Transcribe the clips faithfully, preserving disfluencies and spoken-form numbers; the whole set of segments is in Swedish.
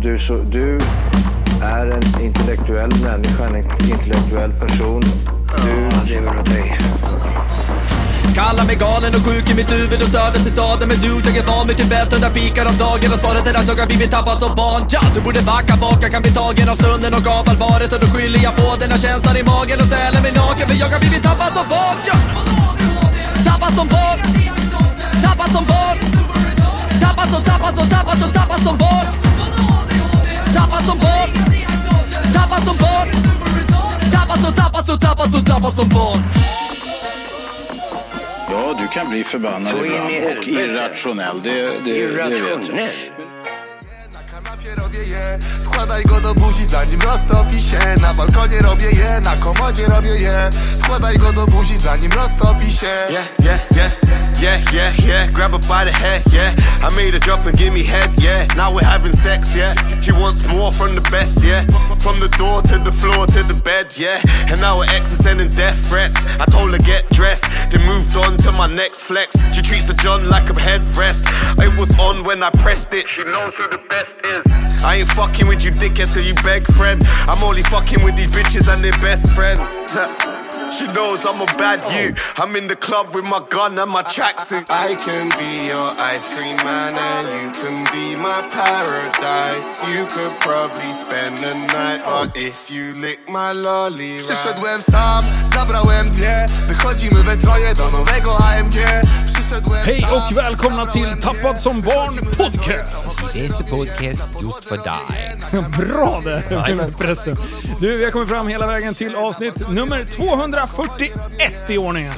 du, så, du är en intellektuell människa, en intellektuell person. Du lever åt dig. Kallar mig galen och sjuk i mitt huvud och stördes i staden. Men du, jag är van vid Tibet under fikar om dagen. Och svaret är att jag har blivit tappad som barn. Ja, du borde backa bak, jag kan bli tagen av stunden och av allvaret. Och då skyller jag på den här känslan i magen och ställer mig naken. För jag har blivit tappad som barn. Ja. Tappad som barn. Tappad som barn. Tappad som, tappad som, tappad som, tappad som barn. Tappad som barn. Tappad som barn. Tappad som, tappad som, tappad som, tappad som barn. Ja, du kan bli förbannad ibland och irrationell, det, det, det vet jag. Wkładaj go do buzi zanim roztopi się. Na balkonie robię je, na komodzie robię je. Wkładaj go do buzi zanim roztopi się. Yeah, yeah, yeah, yeah, yeah, yeah. Grab her by the head, yeah. I made her drop and give me head, yeah. Now we're having sex, yeah. She wants more from the best, yeah. From the door to the floor to the bed, yeah. And now her ex is sending death threats. I told her get dressed, then moved on to my next flex. She treats the John like a headrest. It was on when I pressed it. She knows who the best is. I ain't fucking with you dickhead till you beg friend. I'm only fucking with these bitches and their best friend. She knows I'm a bad you. I'm in the club with my gun and my tracksuit. I can be your ice cream man and you can be my paradise. You could probably spend the night, but if you lick my lolly. Przyszedłem sam, zabrałem dwie. Wychodzimy we troje do nowego A M G. Hej och välkomna till Tappad som barn podcast. Bästa podcast just för dig. Bra det, förresten. Du, vi har kommit fram hela vägen till avsnitt nummer tvåhundrafyrtioett i ordningen.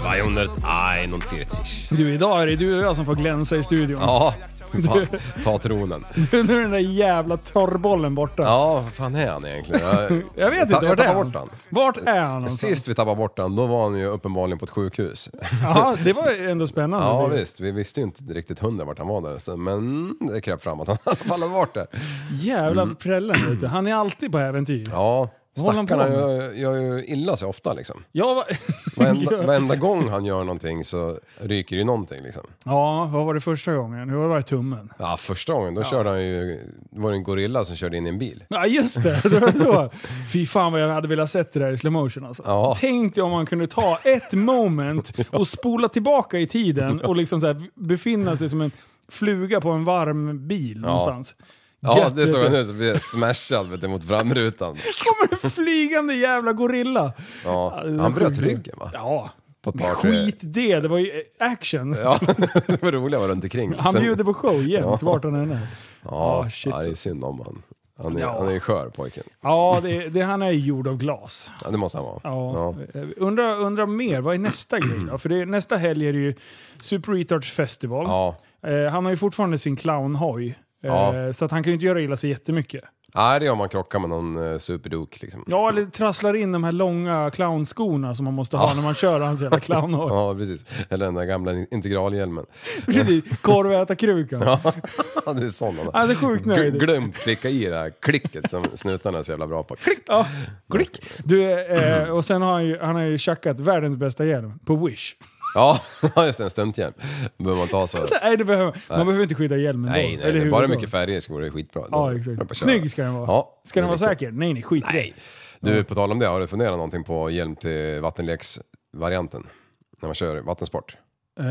tvåhundraeinundvierzig. Du, idag är det du och jag som får glänsa i studion. Ja, fan, ta tronen. Du, nu är den där jävla torrbollen borta. Ja, vad fan är han egentligen? Jag, jag vet inte, jag vart är bort han? han? Vart är han någonstans? Sist vi tappade bort han, då var han ju uppenbarligen på ett sjukhus. Ja, det var ändå spännande. Ja, visst. Vi visste ju inte riktigt hundra vart han var där en stund, men det krävde fram att han i alla fall hade varit där. Jävla mm. prällen, vet du. Han är alltid på äventyr. Ja, stackarna gör, gör ju illa sig ofta liksom. Ja, va... varenda, varenda gång han gör någonting så ryker ju någonting liksom. Ja, vad var det första gången? Hur var det tummen? Ja, första gången, då ja. körde han ju, det var en gorilla som körde in i en bil. Ja, just det, det var då. Fy fan vad jag hade velat sett det där i slow motion alltså. Ja. Tänkte om man kunde ta ett moment och spola tillbaka i tiden och liksom så här befinna sig som en fluga på en varm bil ja. någonstans. Ja, Gött, det såg han ut att bli smashad vet du, mot framrutan. Kommer en flygande jävla gorilla. Ja, ja han bröt ryggen va? Ja, på ett par, skit det, det var ju action. Ja, det var roliga var runt omkring. Han bjuder på show jämt, ja. Vart han än är. Ja, oh, shit. Ja, det är synd om han. Han är, ja. han är ju skör pojken. Ja, det, det, han är gjord av glas. Ja, det måste han vara. Ja. Ja. Undra, undra mer, vad är nästa grej då? För det, nästa helg är det ju Super Retards Festival. Ja. Eh, han har ju fortfarande sin clownhoj. Ja. Eh, så att han kan ju inte göra illa sig jättemycket. Nej, det är om man krockar med någon uh, superdok liksom. Ja, eller trasslar in de här långa clownskorna som man måste ha ja. när man kör hans jävla clownhoj. Ja, precis. Eller den där gamla integralhjälmen. Precis, korvätarkrukan. Ja, det är sådana. Ja, det är sjukt nöjd. G- glömt klicka i det här klicket som snutarna är så jävla bra på. Klick! Ja, klick! Du, eh, och sen har han ju, han har ju tjackat världens bästa hjälm på Wish. Ja, just det, en stunthjälm. Behöver man ta så. Nej, det behöver, man nej. behöver inte skydda hjälmen nej, då. Nej, eller nej, bara mycket färger så går det skitbra. Ja, exakt. Snygg ska den vara. Ja, ska den vara säker? Nej, nej, skit nej. Du, på tal om det, har du funderat någonting på hjälm till vattenleksvarianten? När man kör vattensport? Uh,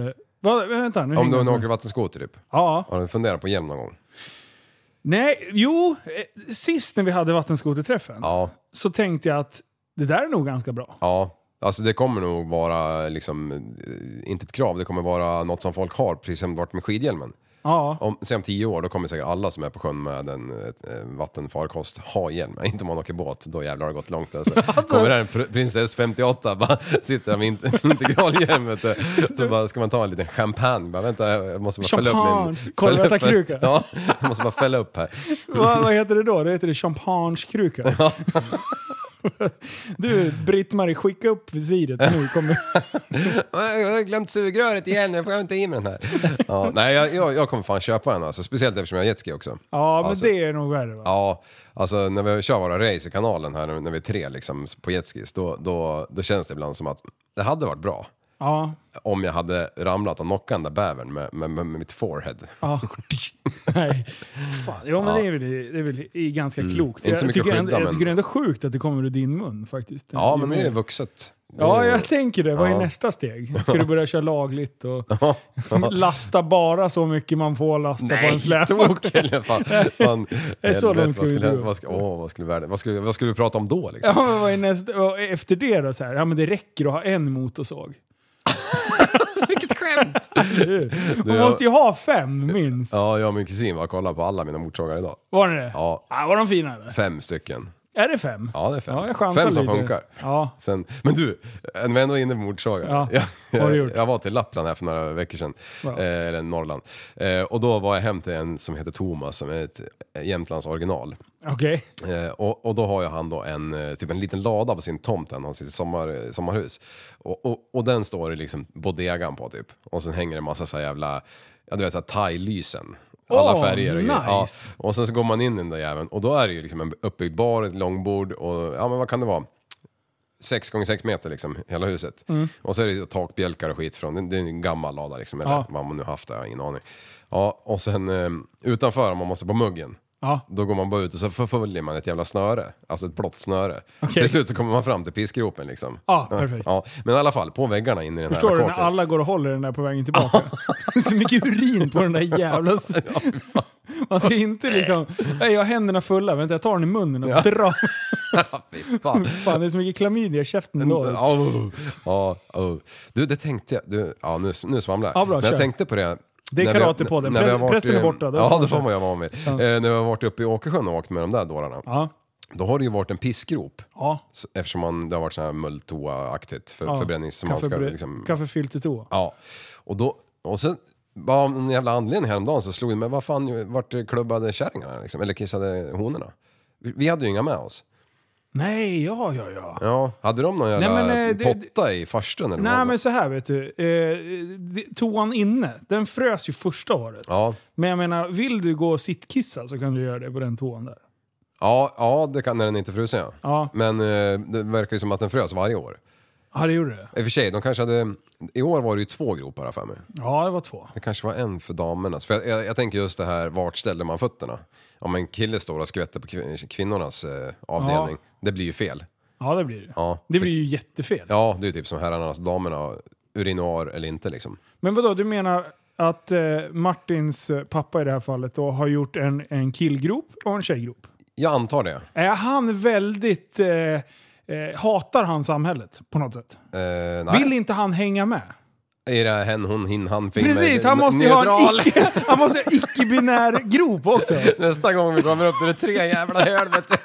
vad, vänta, nu om du åker inte. vattenskoter typ? Ja. Har du funderat på hjälm någon gång? Nej, jo. Sist när vi hade vattenskoterträffen ja. så tänkte jag att det där är nog ganska bra. Ja. Alltså det kommer nog vara liksom, inte ett krav, det kommer vara något som folk har precis som varit med skidhjälmen. Ja. Om, sen om tio år då kommer säkert alla som är på sjön med en eh, vattenfarkost ha hjälm. Inte om man åker båt, då jävlar har det gått långt. Alltså. Kommer där en pr- prinsess femtioåtta, bara sitter där med in- integralhjälm. Då bara, ska man ta en liten champagne. Bara, vänta, jag måste bara fälla upp min... Korvätarkruka. Ja, jag måste bara fälla upp här. vad, vad heter det då? Det heter det champagnekruka. Ja. Du, Britt-Marie, skicka upp visiret nu. Kommer... jag har glömt sugröret igen, jag får inte in med den här. Ja, nej, jag, jag, jag kommer fan köpa en alltså. Speciellt eftersom jag har jetski också. Ja, men alltså, det är nog värre va? Ja, alltså när vi kör våra race i kanalen här, när vi är tre liksom, på jetskis, då, då, då känns det ibland som att det hade varit bra Ja. Om jag hade ramlat och knockat den där bävern med, med, med, med mitt forehead. Ja. Nej. Fan. Ja, men ja. Det är väl, det är väl ganska mm. klokt. Inte så jag, mycket tycker skydda, ändå, jag men... tycker det är ändå sjukt att det kommer ur din mun faktiskt. Ja, men det är vuxet. Ja, jag tänker det. Vad är ja. nästa steg? Ska du börja köra lagligt och lasta bara så mycket man får lasta Nej, på en släp? Nej, fan. fan. Det är så långt ska vad skulle, vi vad skulle, åh, vad skulle världen, vad skulle, vad skulle vi prata om då liksom? Ja, men vad är nästa, efter det då så här? Ja, men det räcker att ha en motorsåg. Vilket skämt! Man måste ju ha fem minst. Ja, jag och min kusin var och kollade på alla mina motorsågar idag. Var det det? Ja. Ah, var de fina eller? Fem stycken. Är det fem? Ja, det är fem. Ja, jag fem som lite. funkar. Ja. Sen, men du, när vi ändå är inne på motorsågar. Ja. Jag, Vad har du jag, gjort? jag var till Lappland här för några veckor sedan. Ja. Eh, eller Norrland. Eh, och då var jag hem till en som heter Thomas, som är ett Jämtlands original. Okej. Okay. Eh, och, och då har ju han då en, typ en liten lada på sin tomt, han har sitt sommar, sommarhus. Och, och, och den står det liksom bodegan på typ. Och sen hänger det en massa så här jävla, ja du vet så här thai-lysen. Alla oh, färger och nice. ja. Och sen så går man in i den där jäveln och då är det ju liksom en uppbyggd bar, ett långbord och ja men vad kan det vara? sex gånger sex meter liksom, hela huset. Mm. Och så är det takbjälkar och skit från, det är en gammal lada liksom, eller ja. vad man nu haft, jag har ingen aning. Ja, och sen eh, utanför om man måste på muggen. Ja. Då går man bara ut och så förföljer man ett jävla snöre. Alltså ett blått snöre. Okay. Till slut så kommer man fram till pissgropen liksom. Ja, perfekt. Ja, men i alla fall, på väggarna in i den Förstår här kåken. Förstår du när alla går och håller den där på vägen tillbaka? Så mycket urin på den där jävla... Man ska inte liksom... Nej, jag har händerna fulla, vänta jag tar den i munnen och ja. drar. fan. fan, det är så mycket klamydia i käften då. Oh, oh, oh. Du, det tänkte jag... Du, ja, nu, nu svamlar jag. Ja, bra, men jag kör. tänkte på det... Det är karate på den. Prästen, prästen är borta. Ja, det får man ju vara med. Ja. Eh, när vi har varit uppe i Åkersjön och åkt med de där dårarna. Ja. Då har det ju varit en pissgrop. Ja. Eftersom man, det har varit så här mulltoa-aktigt för, ja. förbränning. Som Kaffe, man ska, liksom... Kaffefyllt i toa. Ja. Och då... Och sen... Bara av en jävla anledning häromdagen så slog det mig, vad fan, vart klubbade kärringarna liksom? Eller kissade honorna? Vi, vi hade ju inga med oss. Nej, ja, ja, ja. Ja, hade de någon jävla nej, men, eh, potta det, i farstun? Eller nej, men så här vet du. Eh, toan inne, den frös ju första året. Ja. Men jag menar, vill du gå och sittkissa så kan du göra det på den toan där. Ja, ja det kan när den inte frusen, ja. ja. Men eh, det verkar ju som att den frös varje år. Ja, det gjorde det. I och för sig, de kanske hade... I år var det ju två gropar för mig. Ja, det var två. Det kanske var en för damernas. För jag, jag, jag tänker just det här, vart ställer man fötterna? Om en kille står och skvätter på kvinnornas eh, avdelning, ja. det blir ju fel. Ja, det blir det. Ja, det för, blir ju jättefel. Ja, det är ju typ som herrarnas, damerna, urinoar eller inte liksom. Men vadå, du menar att eh, Martins pappa i det här fallet då har gjort en, en killgrop och en tjejgrop? Jag antar det. Är han väldigt... Eh, Eh, hatar han samhället på något sätt? Eh, nej. Vill inte han hänga med? Är det hen, hon, hin, han, fin? Precis, han måste ju ha en icke, han måste ha en icke-binär grop också. Nästa gång vi kommer upp är det tre jävla helvete.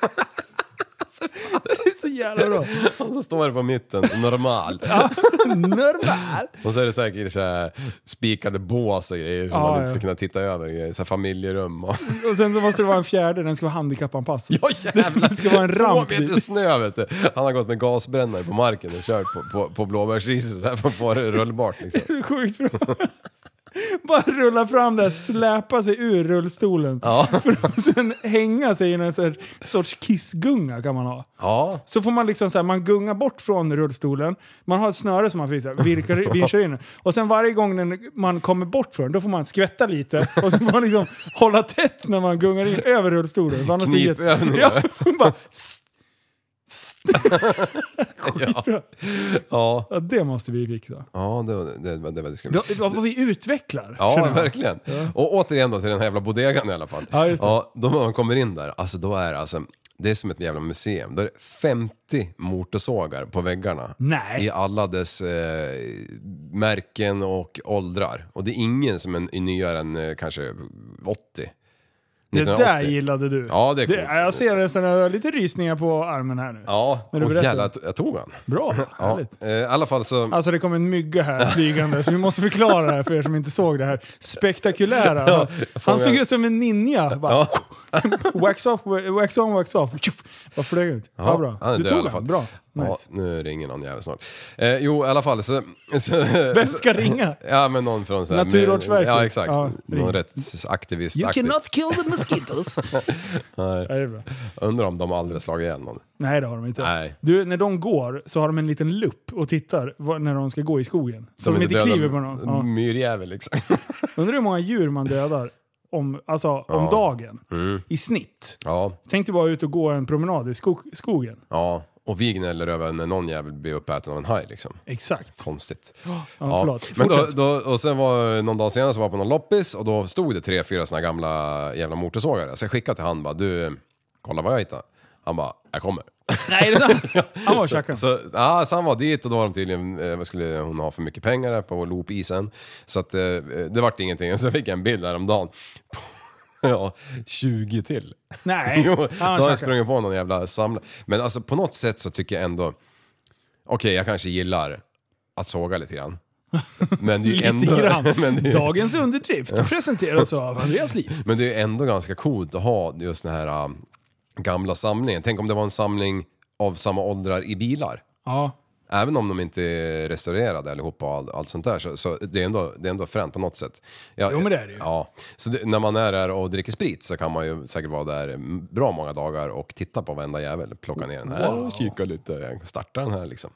Det är så jävla bra. Och så står det på mitten, normal. Ja, normal. Och så är det säkert så här spikade bås och grejer som ja, man inte ska ja. kunna titta över. Så här familjerum. Och... och sen så måste det vara en fjärde, den ska vara handikappanpassad. Ja jävlar. Det ska vara en ramp. Två meter snö vet du. Han har gått med gasbrännare på marken och kört på, på, på blåbärsriset så här för att få det rullbart liksom. Sjukt bra. Bara rulla fram där, släpa sig ur rullstolen. Ja. För att sen hänga sig i en sån sorts kissgunga kan man ha. Ja. Så får man liksom så här, man gungar bort från rullstolen. Man har ett snöre som man visar, virkar, virkar in. Och sen varje gång man kommer bort från, då får man skvätta lite. Och så får man liksom hålla tätt när man gungar in över rullstolen. Knipövningar. Ja, så bara... ja. Ja. Ja, det måste vi fixa. Ja, det, det, det, det, det ska vi. Det, vad vi utvecklar. Ja, verkligen. Ja. Och återigen då till den här jävla bodegan i alla fall. Ja, just det. Ja, då man kommer in där, alltså då är det alltså, det är som ett jävla museum. Då är det femtio motorsågar på väggarna. Nej. I alla dess eh, märken och åldrar. Och det är ingen som är nyare än eh, kanske åttio. Det där gillade du. Ja, det är det, jag ser nästan lite rysningar på armen här nu. Ja, och jävla, jag tog han. Bra, härligt. Ja, i alla fall så... Alltså det kom en mygga här flygande, så vi måste förklara det här för er som inte såg det här spektakulära. Ja, han såg ut som en ninja. Bara, ja. wax off, wax on, wax off. Vad flög ut. Ja, bra. Han är du död, tog i alla fall. Bra. Nice. Ja, nu ringer någon jävel snart. Eh, jo, i alla fall så... så Vem ska ringa? Ja, men någon från så här... Naturvårdsverket. Ja, exakt. Ja, någon rättsaktivist. You cannot kill the mosquitoes. Nej. Ja, det är bra. Undrar om de aldrig slagit igen någon. Nej, det har de inte. Nej. Du, när de går så har de en liten lupp och tittar vad- när de ska gå i skogen. Så de, inte kliver på någon. Ja. Myrjävel liksom. Undrar hur många djur man dödar om, alltså, om Ja. dagen. Mm. I snitt. Ja, Tänk dig bara ut och gå en promenad i skog, skogen. ja. Och vi gnäller över när någon jävel blir uppäten av en haj liksom. Exakt. Konstigt. Ja, förlåt. Men då, Fortsätt. då, och sen var någon dag senare så var jag på någon loppis och då stod det tre, fyra såna gamla jävla motorsågare. Så jag skickade till han bara, du, kolla vad jag hittade. Han bara, jag kommer. Nej, är det sant? Han var tjackad. Så, ja, så han var dit och då var de tydligen, eh, vad skulle hon ha för mycket pengar på loopisen. Så att eh, det vart ingenting. Och så fick jag en bild häromdagen. Ja, tjugo till. Nej, Jo, han då var har jag tjackad. sprungit på någon jävla samla. Men alltså på något sätt så tycker jag ändå, okej okay, jag kanske gillar att såga lite grann. Men det är ju Lite ändå, grann. men det, Dagens underdrift presenteras av Andreas Liv. men det är ändå ganska coolt att ha just den här um, gamla samlingen. Tänk om det var en samling av samma åldrar i bilar. Ja. Även om de inte är restaurerade allihopa och allt, allt sånt där så, så det är ändå, det är ändå fränt på något sätt. Ja, Jo, men det är det ju. Ja, så det, när man är där och dricker sprit så kan man ju säkert vara där bra många dagar och titta på varenda jävel. Plocka ner den här Wow. och kika lite, starta den här liksom.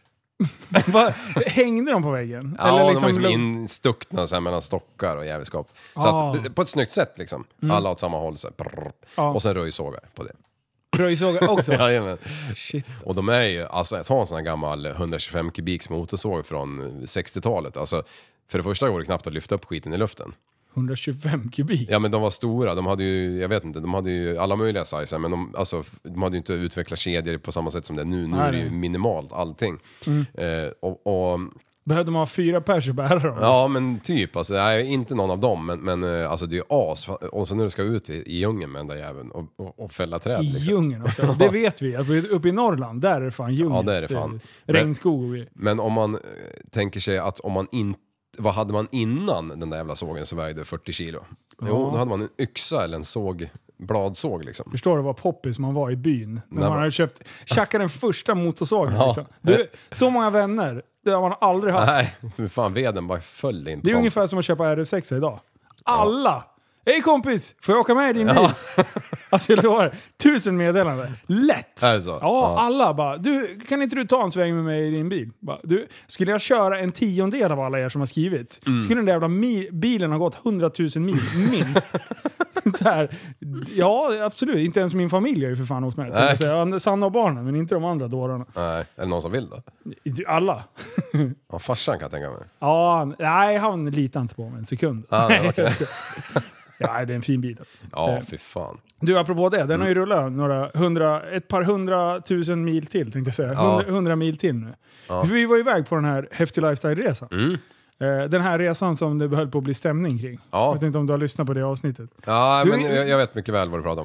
Va? Hängde de på väggen? Ja, de var liksom lugg- instuckna så här mellan stockar och jävelskap. Så Ah. att, på ett snyggt sätt liksom. Alla åt samma håll så här, prrr. Ja. Och sen röjsågar på det. Röjsågar också? Jajamän. Shit. Och de är ju, alltså jag tar en sån här gammal hundratjugofem kubiks motorsåg från sextiotalet. Alltså för det första går det knappt att lyfta upp skiten i luften. hundratjugofem kubik? Ja men de var stora, de hade ju, jag vet inte, de hade ju alla möjliga sizer men de, alltså, de hade ju inte utvecklat kedjor på samma sätt som det är nu. Nu Nej, är det ju nej. minimalt allting. Eh, och, och Behövde man ha fyra pers att bära dem? ja men typ, alltså, nej, inte någon av dem men, men eh, alltså det är ju as. Och så när du ska ut i, i djungeln med den där jäveln och, och, och fälla träd I liksom. djungeln också. Det vet vi. Att uppe i Norrland, där är det fan djungel. Ja, det är det fan. Regnskog och grejer. Men om man eh, tänker sig att om man inte, vad hade man innan den där jävla sågen som vägde fyrtio kilo? Jo, då hade man en yxa eller en såg, bladsåg liksom. Förstår du vad poppis man var i byn? När Nej, man va- hade köpt, tjackat den första motorsågen. Ja. Liksom. Du, så många vänner, det har man aldrig haft. Nej, hur fan veden bara föll inte. Det är på. ungefär som att köpa R S sex idag. Alla! Hej kompis! Får jag åka med i din bil? Alltså jag lovar, tusen meddelanden. Lätt! Är det så? Ja, Ja. alla bara, du, kan inte du ta en sväng med mig i din bil? Bara, du, skulle jag köra en tiondel av alla er som har skrivit, Mm. skulle den där jävla mi- bilen ha gått hundratusen mil, minst. Så här, ja, absolut. Inte ens min familj har ju för fan åkt med. Nej. Jag säga. Sanna och barnen, men inte de andra dårarna. Nej, är det någon som vill då? Alla. Ja, farsan kan jag tänka mig. Ja, han- nej, han litar inte på mig en sekund. Ah, nej, okej. Ja, det är en fin bil. Ja, fy fan. Du, apropå det, den har ju rullat några hundra, ett par hundratusen mil till, tänkte jag säga. Ja. Hundra, hundra mil till nu. För vi var iväg på den här Häftig Lifestyle-resan. Mm. Eh, Den här resan som det höll på att bli stämning kring. Ja. Jag vet inte om du har lyssnat på det avsnittet. Ja, Du- men jag, jag vet mycket väl vad du pratar om.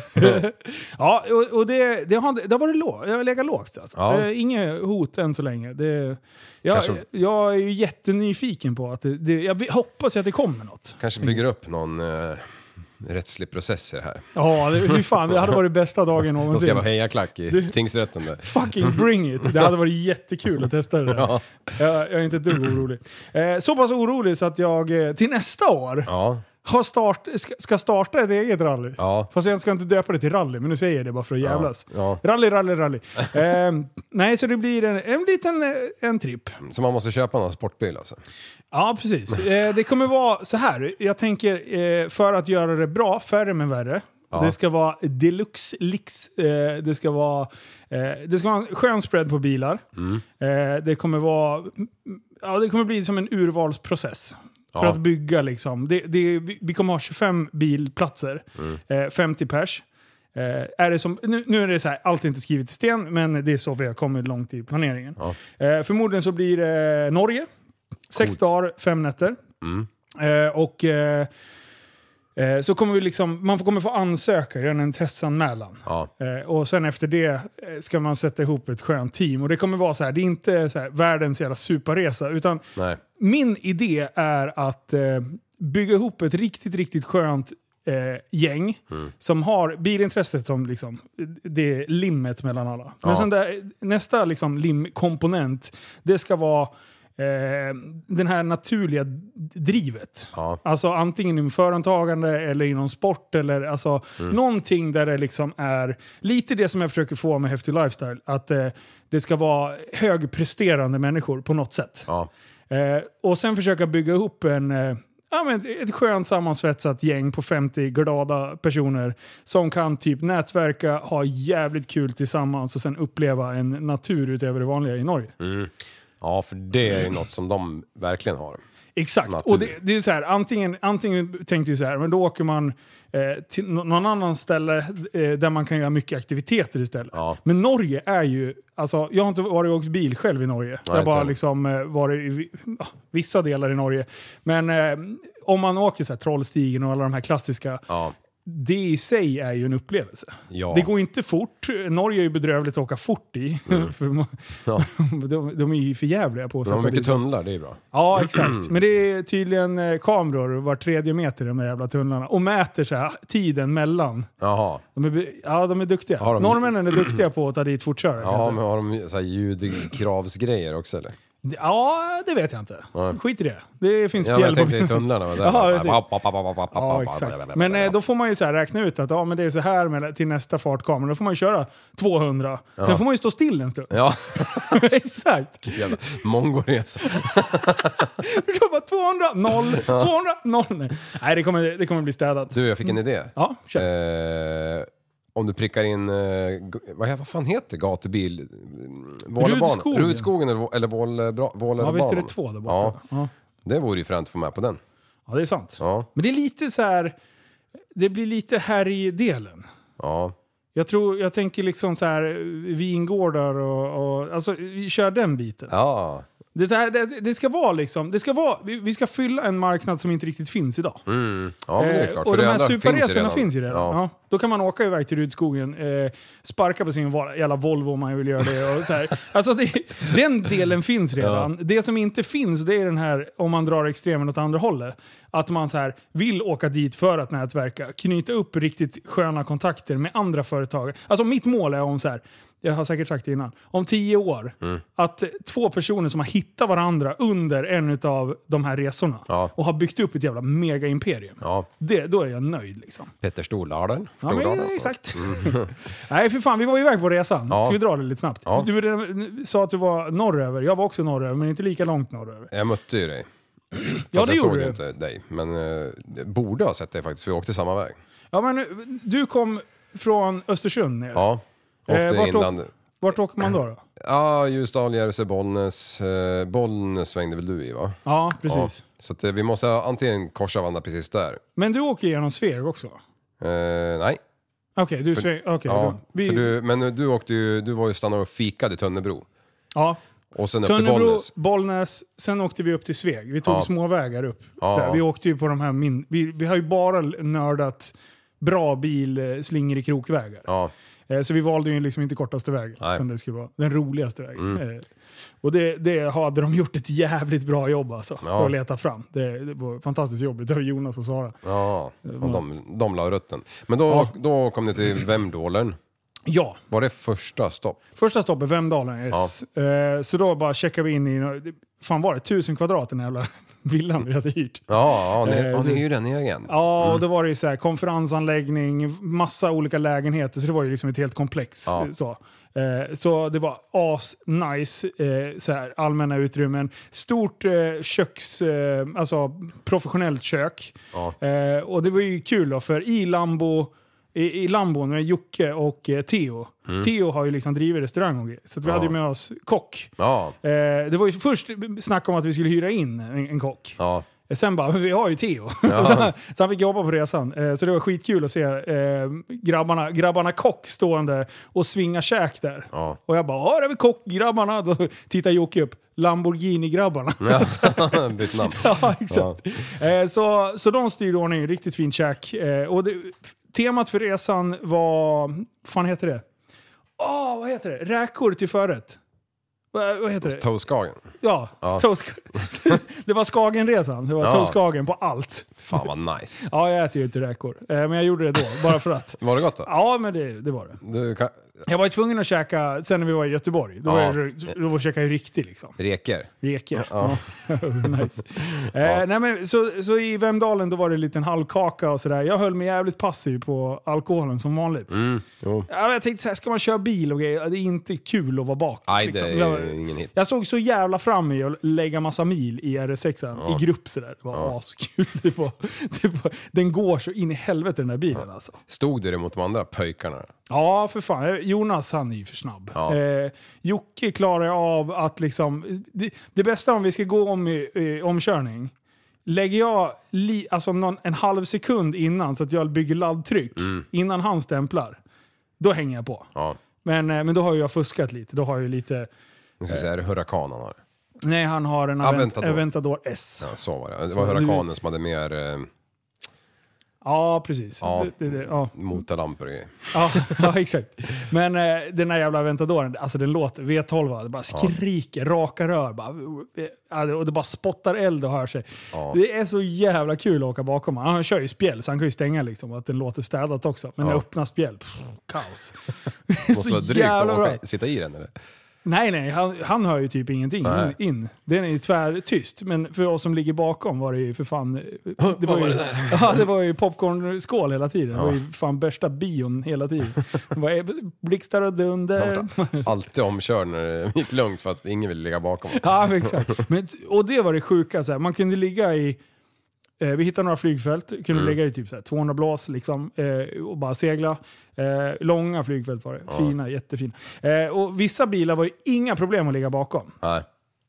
Ja, och, och det, det, har, det har varit lågt. Jag har legat lågt alltså. Ja. Eh, Inget hot än så länge. Det, jag, Kanske- jag är ju jättenyfiken på att det, det, jag hoppas att det kommer något. Kanske bygger upp någon eh, rättslig process i det här. Ja, det, hur fan, det hade varit bästa dagen Då ska någonsin. jag vara hejaklack i Du- tingsrätten där. Fucking bring it! Det hade varit jättekul att testa det där. Ja. Jag, jag är inte ett dugg orolig. Eh, så pass orolig så att jag eh, till nästa år Ja, har start, ska, ska starta ett eget rally. ja. Fast jag ska inte döpa det till rally, men nu säger jag det bara för att jävlas. ja. Rally, rally, rally. eh, nej, så det blir en, en liten eh, en tripp. Så man måste köpa någon sportbil alltså? Ja, precis. Eh, det kommer vara så här. Jag tänker, eh, för att göra det bra, färre men värre. Ja. Det ska vara deluxe lix. Eh, det ska vara eh, det ska vara en skön spread på bilar. Mm. Eh, det kommer vara ja, det kommer bli som en urvalsprocess. För Ja. att bygga liksom. Det, det, vi vi kommer ha tjugofem bilplatser. Mm. Eh, femtio pers. Eh, är det som, nu, nu är det så här, allt är inte skrivet i sten, men det är så vi har kommit långt i planeringen. Ja. Eh, förmodligen så blir det Norge. Sex dagar, fem nätter. Mm. Eh, och eh, eh, så kommer vi liksom, man får- kommer få ansöka, göra en intresseanmälan. Ja. Eh, och sen efter det eh, ska man sätta ihop ett skönt team. Och det kommer vara så här, det är inte så här, världens jävla superresa, utan Nej. min idé är att eh, bygga ihop ett riktigt, riktigt skönt eh, gäng mm. som har bilintresset som liksom, det är limmet mellan alla. Men ja. sen där, nästa liksom, limkomponent, det ska vara Eh, den här naturliga drivet. Ja. Alltså antingen inom företagande eller inom sport eller alltså mm. någonting där det liksom är lite det som jag försöker få med Häftig Lifestyle. Att eh, det ska vara högpresterande människor på något sätt. Ja. Eh, och sen försöka bygga ihop en eh, ja, men ett skönt sammansvetsat gäng på femtio glada personer som kan typ nätverka, ha jävligt kul tillsammans och sen uppleva en natur utöver det vanliga i Norge. Mm. Ja, för det är ju något som de verkligen har. Exakt, natur. Och det, det är så här, antingen, antingen tänkte vi så här, men då åker man eh, till någon annan ställe eh, där man kan göra mycket aktiviteter istället. Ja. Men Norge är ju, alltså jag har inte varit och åkt bil själv i Norge. Nej, jag har bara liksom eh, varit i ja, vissa delar i Norge. Men eh, om man åker så här, Trollstigen och alla de här klassiska, ja. det i sig är ju en upplevelse. Ja. Det går inte fort. Norge är ju bedrövligt att åka fort i. Mm. för ja. de, de är ju för jävliga på att sätta. De har mycket tunnlar, det är bra. Ja, exakt. Men det är tydligen eh, kameror var tredje meter i de här jävla tunnlarna. Och mäter så här, tiden mellan. Jaha. De är, ja, de är duktiga. De... Norrmännen är duktiga på att ta dit fortkörare. Ja, men har de så här ljudkravsgrejer också eller? Ja, det vet jag inte. Ja. Skit i det. Det finns ja, jag tänkte i tunnlarna. Där. Jaha, ja, exakt. Men eh, då får man ju så här räkna ut att ja, men det är så här med, till nästa fartkamera. Då får man ju köra tvåhundra. Ja. Sen får man ju stå still en stund. Ja. Exakt. Jävla mongoresa. tvåhundra, noll, tvåhundra, noll. Nej, det kommer, det kommer bli städat. Du, jag fick en idé. Ja, kör. Eh, om du prickar in, eh, vad, vad fan heter gatubil? Rudskogen. Rudskogen eller, eller Vålerbanan. Ja, visst är det två där borta. Ja. Ja. Det vore ju fränt att få med på den. Ja, det är sant. Ja. Men det är lite så här, det blir lite här i delen. Ja. Jag tror, jag tänker liksom så här vingårdar och, och alltså vi kör den biten. Ja. Det, här, det, det ska vara liksom, det ska vara, vi, vi ska fylla en marknad som inte riktigt finns idag. Mm. Ja, men det är klart. Eh, och för de här superresorna finns, finns, finns ju redan. Ja. Ja. Då kan man åka iväg till Rudskogen, eh, sparka på sin jävla Volvo om man vill göra det. Och så här. Alltså det, den delen finns redan. Ja. Det som inte finns, det är den här, om man drar extremen åt andra hållet. Att man så här vill åka dit för att nätverka. Knyta upp riktigt sköna kontakter med andra företag. Alltså mitt mål är om så här, jag har säkert sagt det innan, om tio år, mm. att två personer som har hittat varandra under en av de här resorna ja. och har byggt upp ett jävla mega-imperium. Ja. Det, då är jag nöjd liksom. Petter Stordalen. Ja, men, exakt. Mm. Nej, för fan, vi var iväg på resan. Ja. Ska vi dra det lite snabbt? Ja. Du, du sa att du var norröver. Jag var också norröver, men inte lika långt norröver. Jag mötte ju dig. Ja, det jag gjorde såg du. inte dig, men eh, borde ha sett dig faktiskt. Vi åkte samma väg. Ja, men du kom från Östersund ner. Ja, åkte eh, vart inland. Åk, vart åker man då? då? Ja, Ljusdal, Järvsö, Bollnäs. Eh, Bollnäs svängde väl du i, va? Ja, precis. Ja, så att, eh, vi måste antingen korsa och vandra precis där. Men du åker genom Sveg också? Eh, nej. Okej, okay, du Sveg. Okay, ja, vi... för du, men du åkte ju, du var ju stannade och fikade i Tönnebro. Ja. Och sen Tönnebro, upp till Bollnäs. Bollnäs. Sen åkte vi upp till Sveg. Vi tog ja. små vägar upp. Ja. Där. Vi åkte ju på de här min... vi, vi har ju bara nördat bra bil slinger i krokvägar. Ja. Så vi valde ju liksom inte kortaste vägen. Utan det skulle vara den roligaste vägen. Mm. Och det, det hade de gjort ett jävligt bra jobb alltså. Ja. Att leta fram. Det, det var fantastiskt jobbigt. Det var Jonas och Sara. Ja, och de, de la rutten. Men då, ja. då kom ni till Vemdålen. Ja. Var det första stopp? Första stoppet, Vemdalen. Yes. Ja. Eh, så då bara checkade vi in i, fan var det, tusen kvadrat den jävla villan vi hade hyrt. Ja, ja, ni, eh, ja, ni är ju den egen. Ja, mm. och då var det ju så här, konferensanläggning, massa olika lägenheter, så det var ju liksom ett helt komplex. Ja. Så. Eh, så det var as nice, eh, så här, allmänna utrymmen. Stort eh, köks, eh, alltså professionellt kök. Ja. Eh, och det var ju kul då, för i Lambo I, i Lambon med Jocke och eh, Theo. Mm. Theo har ju liksom drivit restaurang och grejer. Så att vi ja. hade med oss kock. Ja. Eh, det var ju först snack om att vi skulle hyra in en, en kock. Ja. Eh, sen bara, vi har ju Theo. Ja. så, han, så han fick jobba på resan. Eh, så det var skitkul att se eh, grabbarna, grabbarna kock stående och svinga käk där. Ja. Och jag bara, ja där är vi kock grabbarna. Då tittar Jocke upp. Lamborghini-grabbarna. Ja, bytt namn. Ja, exakt. Ja. Eh, så, så de styrde ordning, riktigt fint käk. Eh, och det, temat för resan var, fan heter det? Åh, oh, vad heter det? Räkor till förrätt. Vad, vad heter det? Tåskagen. Ja, ja. Tåsk... det var Skagenresan. Det var ja. Tåskagen på allt. Fan vad nice. Ja, jag äter ju inte räkor. Eh, men jag gjorde det då, bara för att. Var det gott då? Ja, men det, det var det. Du kan... Jag var ju tvungen att käka, sen när vi var i Göteborg, då, ja. var jag, då var jag käka ju riktigt liksom. Reker? Reker, ja. ja. Nice. ja. Eh, nej, men, så, så i Vemdalen då var det en liten halvkaka och sådär. Jag höll mig jävligt passiv på alkoholen som vanligt. Mm. Jo. Ja, jag tänkte såhär, ska man köra bil och grejer? Det är inte kul att vara bak. Nej, liksom. det är jag, ingen hit. Jag såg så jävla fram i att lägga massa mil i R S sex ja. i grupp sådär. Det var ja. askul. Det var, det var, den går så in i helvete den där bilen ja. alltså. Stod det mot de andra pöjkarna? Ja, för fan. Jonas, han är ju för snabb. Ja. Eh, Jocke klarar av att liksom... Det, det bästa om vi ska gå om i, i omkörning, lägger jag li, alltså någon, en halv sekund innan så att jag bygger laddtryck mm. innan han stämplar, då hänger jag på. Ja. Men, eh, men då har jag fuskat lite. Då har jag lite... Nu ska vi säga, är det Huracan han har? Nej, han har en Aventador, Aventador S. Ja, så var det. Det var Huracanen som hade mer... Eh... Ja, precis. Ja, det, det, ja. motorlampor i. Ja, ja, exakt. Men eh, den här jävla Aventadoren, alltså den låter, V tolv, det bara skriker, ja. raka rör, bara, och det bara spottar eld och hör sig. Ja. Det är så jävla kul att åka bakom. Han kör ju spjäll, så han kan ju stänga liksom, att den låter städat också. Men ja. när öppnar spjäll, pff, kaos. Måste vara drygt att åka, sitta i den, eller? Nej, nej, han, han hör ju typ ingenting in, in. Den är ju tvärtyst. Men för oss som ligger bakom var det ju för fan... Det var, var ju, det där? Ja, det var ju popcornskål hela tiden. Ja. Det var ju fan bästa bion hela tiden. Det var blixtar och dunder. Alltid omkörd när det gick lugnt för att ingen ville ligga bakom. Ja, exakt. Men, och det var det sjuka. Så här. Man kunde ligga i... Eh, vi hittade några flygfält. Kunde mm. ligga i typ så här, tvåhundra blås liksom, eh, och bara segla. Eh, långa flygfält var det. Ja. Fina, jättefina. Eh, och vissa bilar var ju inga problem att ligga bakom. Nej.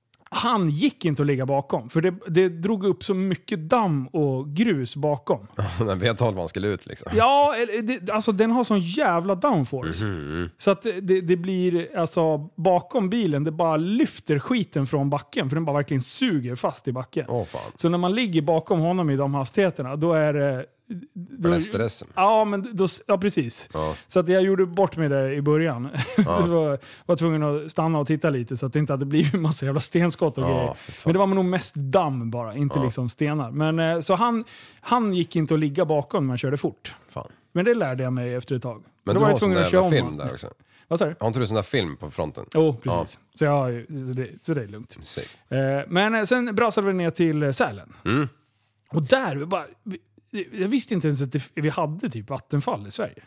Han gick inte att ligga bakom. För det, det drog upp så mycket damm och grus bakom. När V tolv skulle ut liksom. Ja, det, alltså den har sån jävla downforce. Mm-hmm. Så att det, det blir, alltså bakom bilen, det bara lyfter skiten från backen. För den bara verkligen suger fast i backen. Oh, fan. Så när man ligger bakom honom i de hastigheterna, då är det... Då, stressen. Ja, men då, ja, precis. Ja. Så att jag gjorde bort med det i början. Ja. Jag var, var tvungen att stanna och titta lite så att det inte hade blivit en massa jävla stenskott och ja, grejer. Men det var nog mest damm bara, inte ja. liksom stenar. Men, så han, han gick inte att ligga bakom när man körde fort. Fan. Men det lärde jag mig efter ett tag. Men så du har sån där film där också? Vad sa du? Har inte du sån där film på fronten? Jo, oh, precis. Ja. Så, jag, så, det, så det är lugnt. Eh, men sen brasade vi ner till Sälen. Mm. Och där, bara... Jag visste inte ens att det, vi hade typ vattenfall i Sverige.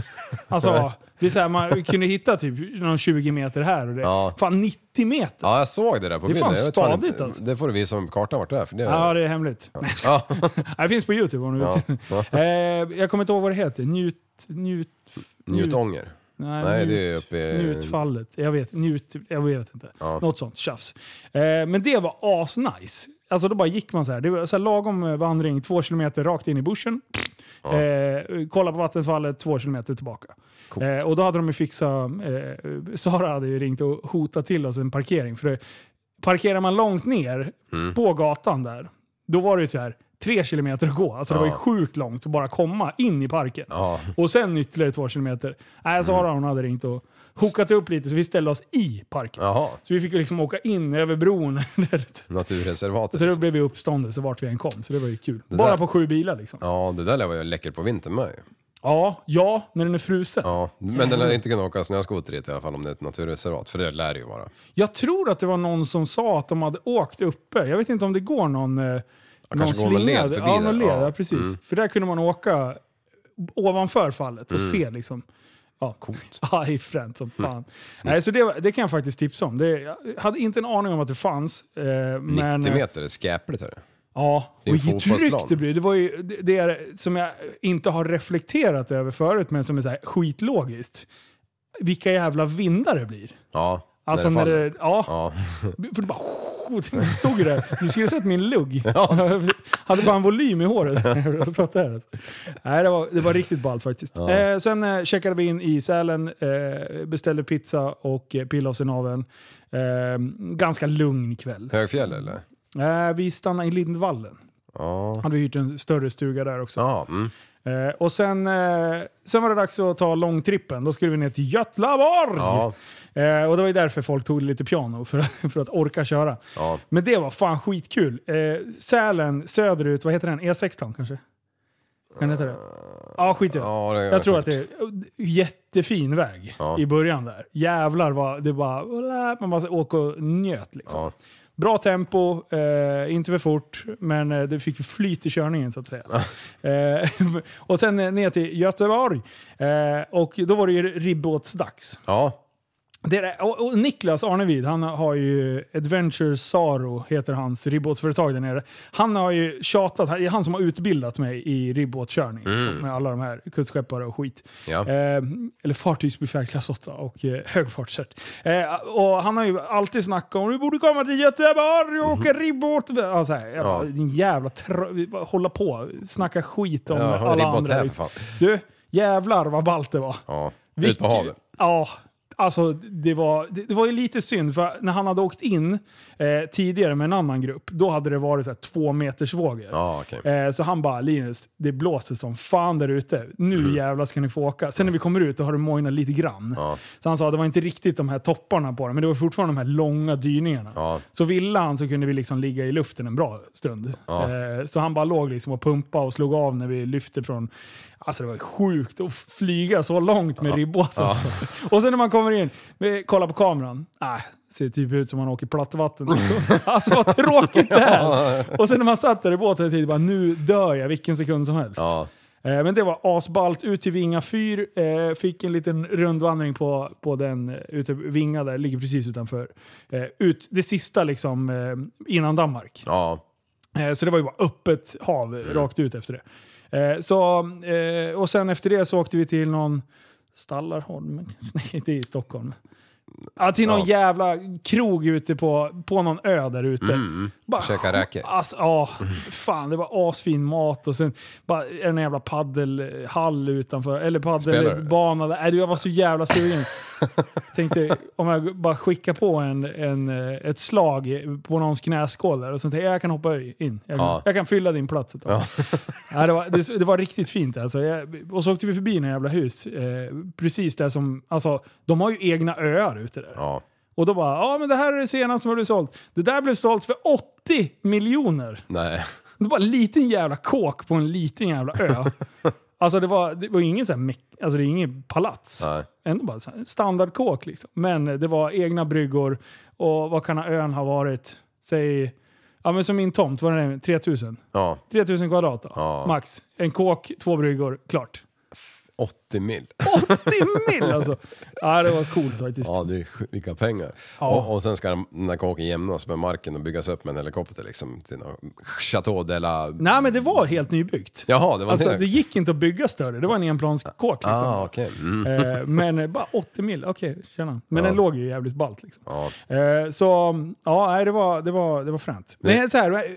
Alltså, det är så här, man kunde hitta typ någon tjugo meter här och det. Ja. Fan nittio meter. Ja, jag såg det där på bilden. Det är fan stadigt alltså. Det får du visa på kartan vart det är. För det är... Ja, det är hemligt. Ja. Det finns på YouTube om du vet. Ja. Ja. Jag kommer inte ihåg vad det heter. Njut... Njut... Njutånger. Nej, Nej njut, det är uppe i... Njutfallet. Jag vet, njut, jag vet inte. Ja. Något sånt tjafs. Eh, men det var asnice. Alltså då bara gick man så här. Det var så här lagom vandring, två kilometer rakt in i bushen. Ja. Eh, kolla på vattenfallet, två kilometer tillbaka. Eh, och då hade de ju fixat... Eh, Sara hade ju ringt och hotat till oss en parkering. För det, parkerar man långt ner mm. på gatan där, då var det ju så här... Tre kilometer att gå. Alltså ja. det var ju sjukt långt att bara komma in i parken. Ja. Och sen ytterligare två kilometer. Nej, Sara mm. hon hade ringt och hokat upp lite så vi ställde oss i parken. Jaha. Så vi fick liksom åka in över bron. Naturreservatet. Så då blev vi uppståndare så vart vi än kom. Så det var ju kul. Det bara där... på sju bilar liksom. Ja, det där var ju läckert på vintern med. Ja, ja, när den är frusen. Ja, men den har inte kunnat åka snöskoter i alla fall om det är ett naturreservat. För det lär det ju vara. Jag tror att det var någon som sa att de hade åkt uppe. Jag vet inte om det går någon... Man kanske går någon led förbi ja, någon led, ja. ja, precis. Mm. För där kunde man åka ovanför fallet och mm. se liksom... Ja, coolt. Ja, i fränt som fan. Mm. Nej, så det, det kan jag faktiskt tipsa om. Det, jag hade inte en aning om att det fanns. Eh, men, nittio meter är skräpligt här. Ja, och vilket tryck det blir. Det var ju det, det är, som jag inte har reflekterat över förut, men som är så här skitlogiskt. Vilka jävla vindar det blir. Ja. Alltså när det, när det ja, ja. För det bara det stod ju där. Du skulle ha sett min lugg. Ja. Hade fan volym i håret. Stått där, alltså. Nej, det var, det var riktigt ballt faktiskt. Ja. Eh, sen eh, checkade vi in i Sälen, eh, beställde pizza och eh, pillade oss i naveln. Eh, ganska lugn kväll. Högfjäll eller? Eh, vi stannade i Lindvallen. Ja. Hade vi hyrt en större stuga där också. Ja, mm. Eh, och sen, eh, sen var det dags att ta långtrippen. Då skulle vi ner till Götlaborg. Ja. Eh, och det var ju därför folk tog lite piano, för, för att orka köra. Ja. Men det var fan skitkul. Eh, Sälen söderut, vad heter den? E sexton kanske? Kan det heta det? Ja, skit i det. Ja, det är jag tror säkert. att det är jättefin väg Ja. i början där. Jävlar vad det bara... Man bara åker och njöt liksom. Ja. Bra tempo, eh, inte för fort, men eh, det fick flyt i körningen så att säga. eh, och sen eh, ner till Göteborg. Eh, och då var det ju ribbåtsdags. Ja. Det är, och, och Niklas Arnevid, han har ju Adventure Saro, heter hans ribbåtsföretag där nere. Han har ju tjatat, det är han som har utbildat mig i ribbåtskörning. Mm. Så, med alla de här kustskeppare och skit. Ja. Eh, eller fartygsbefäl klass åtta och eh, högfartscert. Eh, och han har ju alltid snackat om du borde komma till Göteborg och åka mm. ribbåt. Alltså, här, jag bara, Ja. din jävla tr- hålla på, snacka skit om Ja, alla andra. här, Liksom. Du, jävlar vad ballt det var. Ja. Vilk- Ut på havet. Ja. Alltså det var, det, det var ju lite synd för när han hade åkt in eh, tidigare med en annan grupp, då hade det varit så här två meters vågor. Ja, okay. eh, så han bara, Linus, det blåser som fan där ute. Nu mm. jävlar ska ni få åka. Sen när vi kommer ut då har det mojnat lite grann. Ja. Så han sa att det var inte riktigt de här topparna på det, men det var fortfarande de här långa dyningarna. Ja. Så ville han så kunde vi liksom ligga i luften en bra stund. Ja. Eh, så han bara låg liksom och pumpa och slog av när vi lyfte från... Alltså det var sjukt att flyga så långt med ja. ribbåt. Ja. Alltså. Och sen när man kommer in, kollar på kameran. Äh, ser typ ut som man åker plattvatten. Alltså vad tråkigt det är. Och sen när man satt där i båten tid, bara nu dör jag vilken sekund som helst. Ja. Eh, men det var asballt. Ut till Vinga fyr. Eh, fick en liten rundvandring på, på den ute Vinga där. Ligger precis utanför. Eh, ut, det sista liksom eh, innan Danmark. Ja. Eh, så det var ju bara öppet hav mm. rakt ut efter det. Eh, så, eh, och sen efter det så åkte vi till någon Stallarholm, nej inte i Stockholm. Ja, till någon ja. jävla krog ute på, på någon ö där ute. Mm, bara, käka räkor. Alltså, ja, fan det var asfin mat och sen bara en jävla paddelhall utanför, eller paddelbana där. Nej, jag var så jävla sugen. Tänkte om jag bara skickar på en, en, ett slag på någons knäskål där och sen tänkte jag, jag kan hoppa in. Jag kan, ja. jag kan fylla din plats ett tag. Ja. Ja, det, var, det, det var riktigt fint alltså. Jag, och så åkte vi förbi några jävla hus. Eh, precis där som, alltså de har ju egna öar ute där. Ja. Och då bara, ja men det här är det senaste som har blivit sålt. Det där blev sålt för åttio miljoner. Nej. Det var en liten jävla kåk på en liten jävla ö. Alltså det var, det var ingen så här, alltså det är ingen palats. Nej. Ändå bara så här, standardkåk liksom. Men det var egna bryggor. Och vad kan ön ha varit? Säg, ja men som min tomt, var det tre tusen? Ja. tre tusen kvadrat då. Ja. Max. En kåk, två bryggor, klart. åttio mil. åttio mil alltså! Ja, det var coolt faktiskt. Ja, det är vilka pengar. Ja. Och, och sen ska den här kåken jämnas med marken och byggas upp med en helikopter liksom. Till någon Chateau de la... Nej, men det var helt nybyggt. Jaha, det var alltså, helt. Det gick inte att bygga större. Det var en enplanskåk liksom. Ah, okay. Mm. Eh, men bara åttio mil, okej, okay, tjena. Men ja. den låg ju jävligt ballt liksom. Ja. Eh, så, ja, det var, det var, det var fränt. Men det... så här...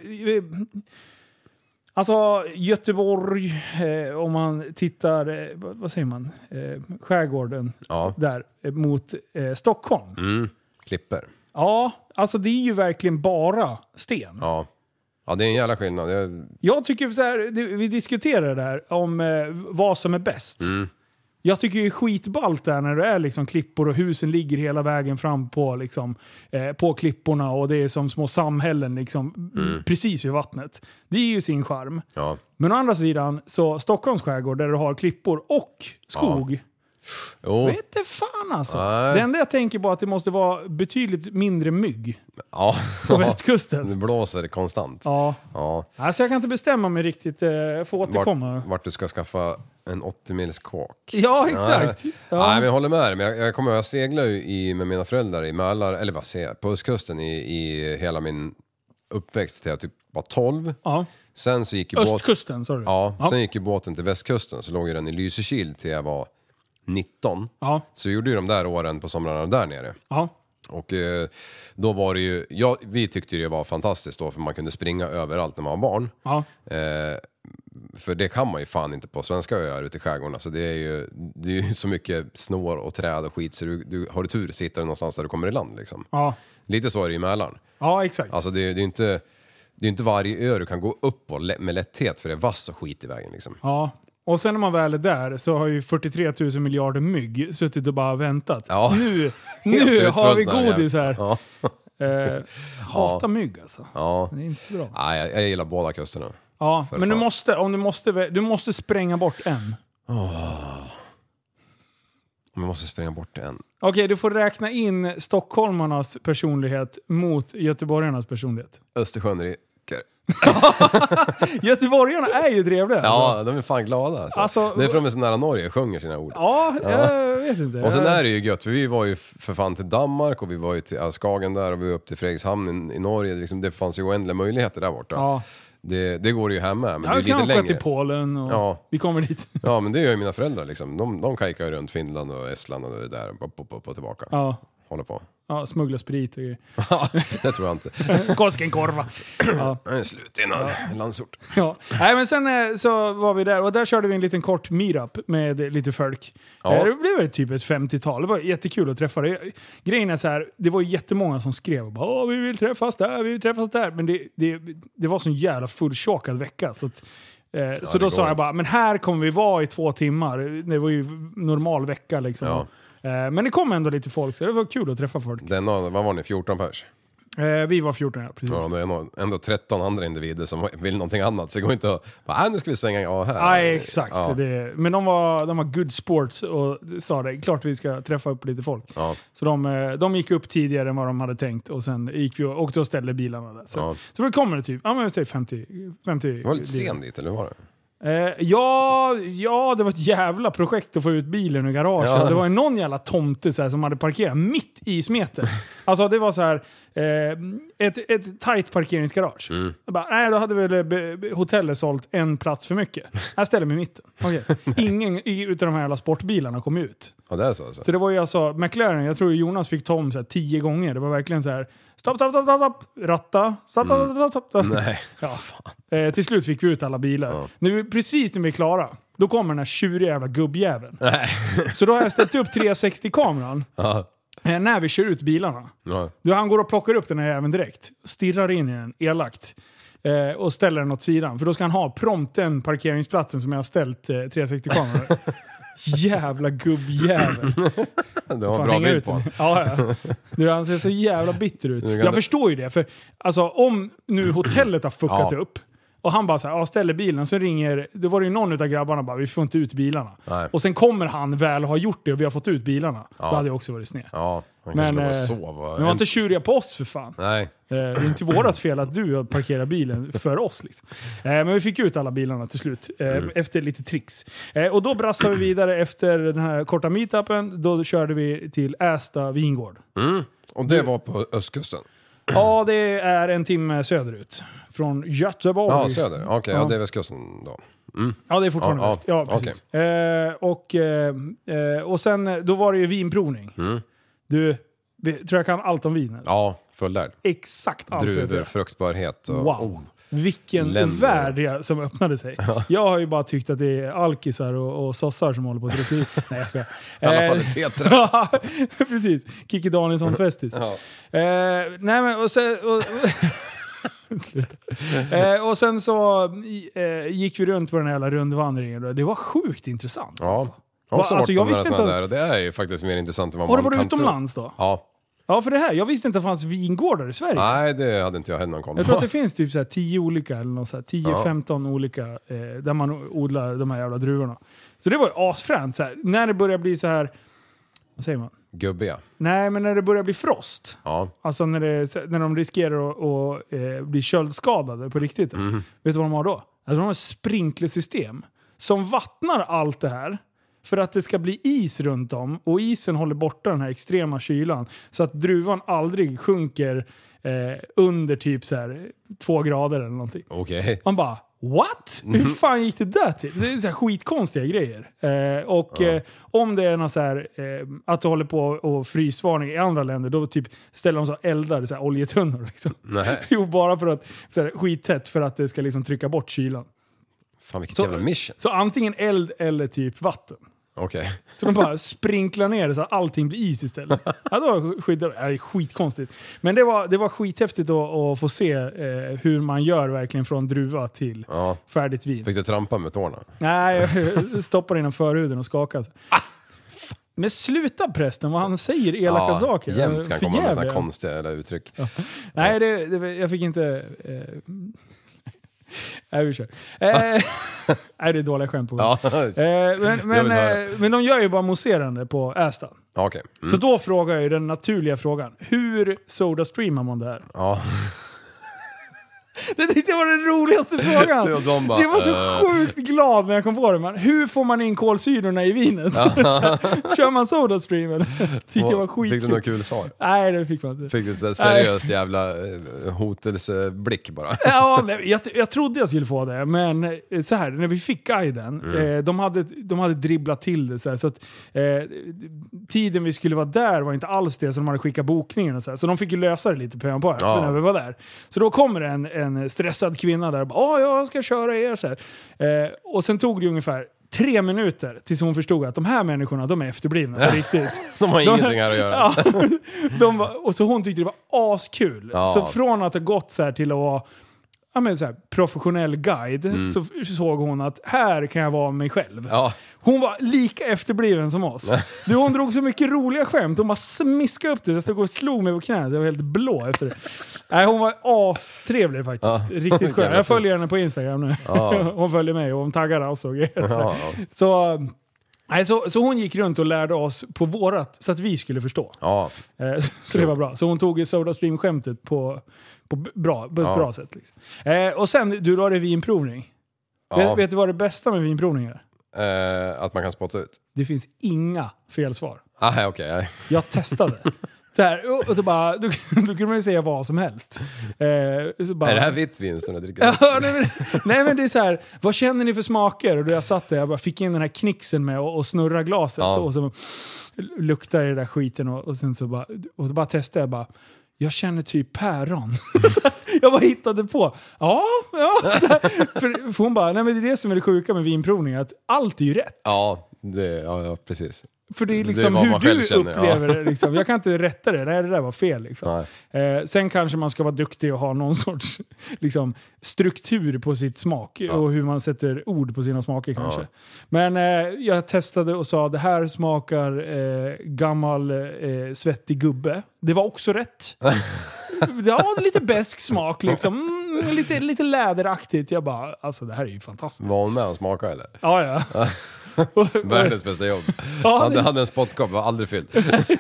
Alltså Göteborg, eh, om man tittar, eh, vad säger man, eh, skärgården ja. där eh, mot eh, Stockholm. Mm. Klipper. Ja, alltså det är ju verkligen bara sten. Ja, ja det är en jävla skillnad. Jag, Jag tycker så här, det, vi diskuterar det här om eh, vad som är bäst. Mm. Jag tycker det är skitballt där när det är liksom klippor och husen ligger hela vägen fram på, liksom, eh, på klipporna och det är som små samhällen liksom, Mm. precis vid vattnet. Det är ju sin charm. Ja. Men å andra sidan, så Stockholms skärgård där du har klippor och skog. Ja. Jo. Vet inte fan alltså. Nej. Det enda jag tänker på är att det måste vara betydligt mindre mygg Ja. på västkusten. Det blåser konstant. Ja. Ja. Alltså jag kan inte bestämma mig riktigt. Jag får återkomma. Vart, vart du ska skaffa en åttio mils kåk. Ja, exakt. Nej, ja. Nej men jag håller med dig. Men jag, jag kommer jag seglar ju i, med mina föräldrar i Mälar, eller vad säger jag, på östkusten i, i hela min uppväxt till jag typ var tolv. Ja. Sen så gick ju Östkusten, båt, sa du? ja, Ja. sen gick ju båten till västkusten, så låg ju den i Lysekil till jag var nitton. Ja. Så vi gjorde ju de där åren på somrarna där nere. Ja. Och eh, då var det ju, ja, vi tyckte det var fantastiskt då, för man kunde springa överallt när man var barn. Ja. Eh, för det kan man ju fan inte på svenska öar ute i skärgården. Så det är ju, det är ju så mycket snår och träd och skit, så du, du har du tur sitter någonstans där du kommer i land liksom. Ja. Lite så är det i Mälaren. Ja, exakt. Alltså det, det är inte, det är inte varje ö du kan gå upp på med lätthet, för det är vass och skit i vägen liksom. Ja. Och sen när man väl är där så har ju fyrtiotre tusen miljarder mygg suttit och bara väntat. Ja. Nu, nu har vi godis här. Ja. Eh, hata Ja. mygg alltså. Ja. Det är inte bra. Nej, jag, jag gillar båda kusterna. Ja, För men du fan. måste, om du måste, du måste spränga bort en. Man måste springa bort en. Okej, du får räkna in stockholmarnas personlighet mot göteborgarnas personlighet. Östersjön ryker. Göteborgarna är ju trevliga. Ja, de är fan glada alltså. Alltså- det är för att de är så nära Norge, sjunger sina ord. Ja, jag vet inte. Och sen är det ju gött, för vi var ju för fan till Danmark och vi var ju till ja, Skagen där och vi var upp till Fredrikshamn i, i Norge. Liksom, det fanns ju oändliga möjligheter där borta. Ja. Det, det går ju hem med, men Ja, det är vi kan lite åka längre. till Polen och Ja. vi kommer dit. Ja, men det gör ju mina föräldrar liksom. De, de kajkar ju runt Finland och Estland och det där, upp, upp, upp och tillbaka. Ja, Håller på. ja smuggla sprit och Det tror jag inte. Koskenkorva. Ja. Det är slut innan landsort. Ja. Nej, men sen eh, så var vi där och där körde vi en liten kort meetup med lite folk. Ja. Eh, Det blev väl typ ett femtiotal. Det var jättekul att träffa dig. Grejen är så här, det var jättemånga som skrev och bara, Åh, vi vill träffas där, vi vill träffas där. Men det, det, det var så en jävla fulltjockad vecka. Så, att, eh, så då det sa går. jag bara, men här kommer vi vara i två timmar. Det var ju normal vecka liksom. Ja. Eh, men det kom ändå lite folk så det var kul att träffa folk. Den, vad var ni, fjorton pers? Eh, vi var fjorton, ja, precis. Ja, det är nog ändå tretton andra individer som vill någonting annat. Så det går inte att bara, äh, nu ska vi svänga ja, här. Nej, exakt. Ja. Det, men de var, de var good sports och sa det. Klart vi ska träffa upp lite folk. Ja. Så de, eh, de gick upp tidigare än vad de hade tänkt och sen gick vi och åkte och ställde bilarna där. Så, Ja. så det kommer det typ, ja men vi säger femtio. femtio Det var lite bilar. sen dit, eller var det? Eh, ja, ja, det var ett jävla projekt att få ut bilen ur garaget. Ja. Det var ju någon jävla tomte så här, som hade parkerat mitt i smeten. Alltså det var så här eh, ett, ett tajt parkeringsgarage. Mm. Jag bara, nej, då hade väl eh, be- be- hotellet sålt en plats för mycket. Jag ställer mig i mitten. Okay. Ingen i- utav de här jävla sportbilarna kom ut. Ja, det är så alltså. Så det var ju alltså, McLaren, jag tror Jonas fick ta om så här tio gånger. Det var verkligen så här, stopp, stopp, stopp, stopp, stopp, ratta, stopp, stopp, stopp, stopp, stopp. Nej. Ja. Eh, till slut fick vi ut alla bilar. Ja. När vi, precis när vi är klara, då kommer den här tjuriga jävla gubbjäveln. Nej. Så då har jag ställt upp trehundrasextio-kameran Ja. eh, när vi kör ut bilarna. Ja. Då han går och plockar upp den här jäveln direkt, stirrar in i den, elakt. Eh, och ställer den åt sidan. För då ska han ha prompt den parkeringsplatsen som jag har ställt eh, trehundrasextio-kameror. Jävla gubbjävel. Det var en Fan, bra hänga bild ut på den. honom. Ja, ja. Du, han ser så jävla bitter ut. kan Jag det- förstår ju det. För alltså, om nu hotellet har fuckat Ja. upp och han bara så här, ja, ställer bilen, så ringer, det var ju någon av grabbarna bara, vi får inte ut bilarna. Nej. Och sen kommer han väl ha gjort det och vi har fått ut bilarna. Ja. Då hade jag också varit sned. Ja, han Men kanske eh, låg och sov. de var inte tjuriga på oss för fan. Nej. Eh, Det är inte vårat fel att du parkerar bilen för oss. Liksom. Eh, Men vi fick ut alla bilarna till slut. eh, Mm. Efter lite tricks. Eh, Och då brassade vi vidare efter den här korta meetupen. Då körde vi till Ästa vingård. Mm. Och det var på östkusten? Ja, det är en timme söderut. Från Göteborg. Ja, söder. Okej, okay, ja. Ja. det är västkusten då. Mm. Ja, det är fortfarande Ja, väst. ja, Ja, precis. Eh, och, eh, eh, och sen då var det ju vinprovning. Mm. Du, vi- tror jag kan allt om vin? Eller? Ja, fullärd. Exakt allt vet Druvor, jag. fruktbarhet och... Wow. Oh. Vilken Länder. värld jag- som öppnade sig. Jag har ju bara tyckt att det är alkisar och, och sossar som håller på att dricka vin. Nej, jag skojar. I alla fall Eh, ett tetra. Ja, precis. Kikki Danielsson-festis. Ja. Eh, nej men och sen... Och, Sluta. Eh, och sen så eh, gick vi runt på den här jävla rundvandringen. Det var sjukt intressant. Ja. Alltså. Jag har också Va, alltså, varit jag på några visste sådana inte där och det är ju faktiskt mer intressant än vad Har du man varit kan tro. utomlands då? Ja. Ja, för det här. Jag visste inte att det fanns vingårdar i Sverige. Nej, det hade inte jag heller någon koll på. Jag tror att det finns typ så här tio olika, eller något så här, tio Ja. femton olika eh, där man odlar de här jävla druvorna. Så det var ju asfränt. Så här. När det börjar bli så här, vad säger man? Gubbiga. Nej, men när det börjar bli frost. Ja. Alltså när, det, när de riskerar att, att eh, bli köldskadade på riktigt. Mm. Vet du vad de har då? Alltså de har ett sprinklersystem som vattnar allt det här för att det ska bli is runt om. Och isen håller borta den här extrema kylan. Så att druvan aldrig sjunker eh, under typ så här två grader eller någonting. Okej. Man bara, what? Hur fan gick det där till? Det är så här skitkonstiga grejer. Eh, och eh, om det är något så här, eh, att du håller på och frysvarning i andra länder, då typ ställer de så eldar, så här oljetunnor. Liksom. Nej. Jo, bara för att, så här, skittätt för att det ska liksom trycka bort kylan. Fan vilket Så- jävla mission. Så antingen eld eller typ vatten. Okej. Okay. Så de bara sprinklar ner det så att allting blir is istället. Ja, det var skit, ja, skitkonstigt. Men det var, det var skithäftigt att, att få se eh, hur man gör verkligen från druva till ja. färdigt vin. Fick du trampa med tårna? Nej, jag stoppade innan förhuden och skakade. Ah! Men sluta prästen, vad han säger elaka ja, saker. Jämt ska han komma med sådana konstiga eller uttryck. Ja. Nej, det, det, jag fick inte... Eh, Nej, vi kör. Eh, nej, det är dåliga skämt på ja. eh, Men, men, eh, men de gör ju bara mousserande på Ästa. Okay. Mm. Så då frågar jag ju den naturliga frågan. Hur soda-streamar man det här? Ja. Det tyckte jag var den roligaste frågan. De bara, jag var så uh... sjukt glad när jag kom på det. Man. Hur får man in kolsyrorna i vinet? Kör man SodaStream? Tyckte jag var skitkul. Fick du något kul svar? Nej, det fick man inte. Fick du så seriöst jävla hotelseblick bara? Ja, jag, jag trodde jag skulle få det. Men så här, när vi fick guiden, mm. eh, de, hade, de hade dribblat till det. Så, här, så att eh, tiden vi skulle vara där var inte alls det. Så de hade skickat bokningen och så här. Så de fick ju lösa det lite på på ja. när vi var där. Så då kommer en, en en stressad kvinna där. Ja, jag ska köra er så här. Eh, och sen tog det ungefär tre minuter tills hon förstod att de här människorna, de är efterblivna på riktigt. De har ingenting de, här att göra. Ja, de var, och så hon tyckte det var askul. Ja. Så från att ha gått så här till att vara ja, men så här, professionell guide mm. så såg hon att här kan jag vara mig själv. Ja. Hon var lika efterbliven som oss. Du, hon drog så mycket roliga skämt. Hon bara smiskade upp det. Jag stod och slog mig på knät. Jag var helt blå efter det. Nej, hon var astrevlig faktiskt. Ja. Riktigt skön. Jag följer henne på Instagram nu. Ja. Hon följer mig och hon taggar alltså och grejer. Ja. Så, nej, så, så hon gick runt och lärde oss på vårat så att vi skulle förstå. Ja. Så det var bra. Så hon tog i SodaStream-skämtet på... På, bra, på ett ja. bra sätt. Liksom. Eh, och sen, du då är det vinprovning. Ja. Vet, vet du vad det bästa med vinprovning är? Eh, att man kan spotta ut. Det finns inga felsvar. Ah, okay. Jag testade. Så här, och, och så bara, då, då kunde man ju säga vad som helst. Eh, så bara, är det här vitt vin som du dricker? Ja, nej, men, nej men det är så här, vad känner ni för smaker? Och då jag satt där, jag bara fick in den här knixen med och, och snurra glaset. Ja. Och så luktade det där skiten och, och sen så bara, och så bara testade jag bara, jag känner typ päron. Jag bara hittade på. Ja, ja. För, för hon bara, nej men det är det som är det sjuka med vinprovning. Att allt är ju rätt. Ja, det, ja, ja precis. För det är liksom det är hur du känner, upplever ja. det. Liksom. Jag kan inte rätta det. Nej, det där var fel. Liksom. Eh, sen kanske man ska vara duktig och ha någon sorts liksom, struktur på sitt smak. Ja. Och hur man sätter ord på sina smaker kanske. Ja. Men eh, jag testade och sa det här smakar eh, gammal eh, svettig gubbe. Det var också rätt. Ja, lite bäsk smak liksom. Mm, lite, lite läderaktigt. Jag bara, alltså det här är ju fantastiskt. Var hon med och smaka eller? Ja, ja. Världens bästa jobb. Ja, han det... hade en spottkopp, var aldrig fylld.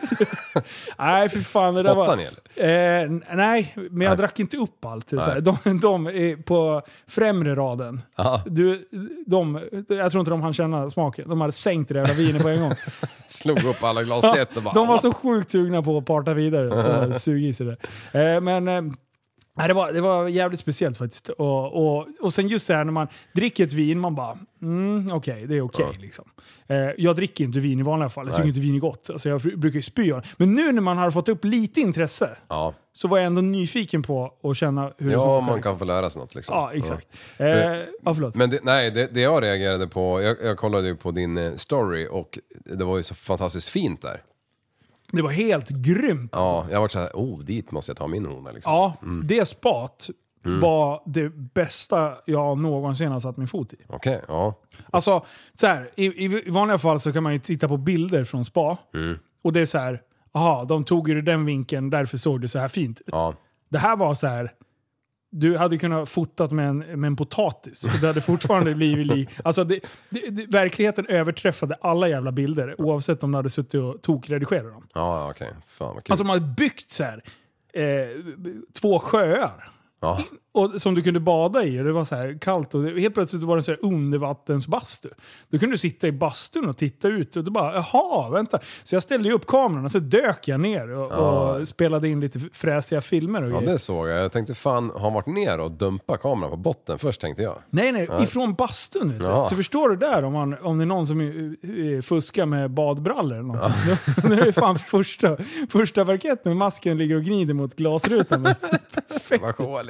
Nej, för fan. Det Spottar ni eller? Eh, nej, men jag nej. drack inte upp allt. Så här. De, de är på främre raden. Du, de, jag tror inte de hann känna smaken. De hade sänkt det där vinet på en gång. Slog upp alla glas ja, och bara, de var så sjukt sugna på att parta vidare. Så sug i sig det. Eh, men... Eh, Nej, det, var, det var jävligt speciellt faktiskt. Och, och, och sen just det här när man dricker ett vin, man bara, mm, okej, okay, det är okej. Okay, ja. liksom. eh, jag dricker inte vin i vanliga fall. Jag tycker Nej. inte vin är gott. Alltså, jag brukar ju spy. Men nu när man har fått upp lite intresse ja. så var jag ändå nyfiken på att känna hur ja, det funkar. Man liksom. kan få lära sig något. Liksom. Ja, exakt. Ja. Eh, För, ja, förlåt. Men det, nej, det, det jag reagerade på, jag, jag kollade ju på din story och det var ju så fantastiskt fint där. Det var helt grymt. Alltså. Ja, jag var så här, oh, dit måste jag ta min hona. Liksom. Ja, mm. det spat mm. var det bästa jag någonsin har satt min fot i. Okej, okay, ja. Alltså, så här, i, i vanliga fall så kan man ju titta på bilder från spa. Mm. Och det är så här, aha, de tog ju den vinkeln, därför såg det så här fint ut. Ja. Det här var så här, du hade kunnat fotat med en, med en potatis. Och det hade fortfarande blivit li... Alltså det, det, det, verkligheten överträffade alla jävla bilder. Oavsett om du hade suttit och tokredigerat dem. Ja, okej. Okay. Fan vad kul. Alltså man hade byggt så här eh, två sjöar. Ja. Och, som du kunde bada i. Och det var så här kallt. Och helt plötsligt var det så här undervattensbastu. Du kunde sitta i bastun och titta ut. Och du bara, jaha, vänta. Så jag ställde upp kameran och så dök jag ner. Och, ja. och spelade in lite fräsiga filmer. Och ja, grejer. Det såg jag. Jag tänkte, fan, har han varit ner och dumpat kameran på botten först, tänkte jag. Nej, nej. nej. Ifrån bastun. Ja. Så förstår du där om, man, om det är någon som är, fuskar med badbrallor eller någonting. Ja. Det är fan första, första parketten. Masken ligger och gnider mot glasrutan. Vad skåligt där.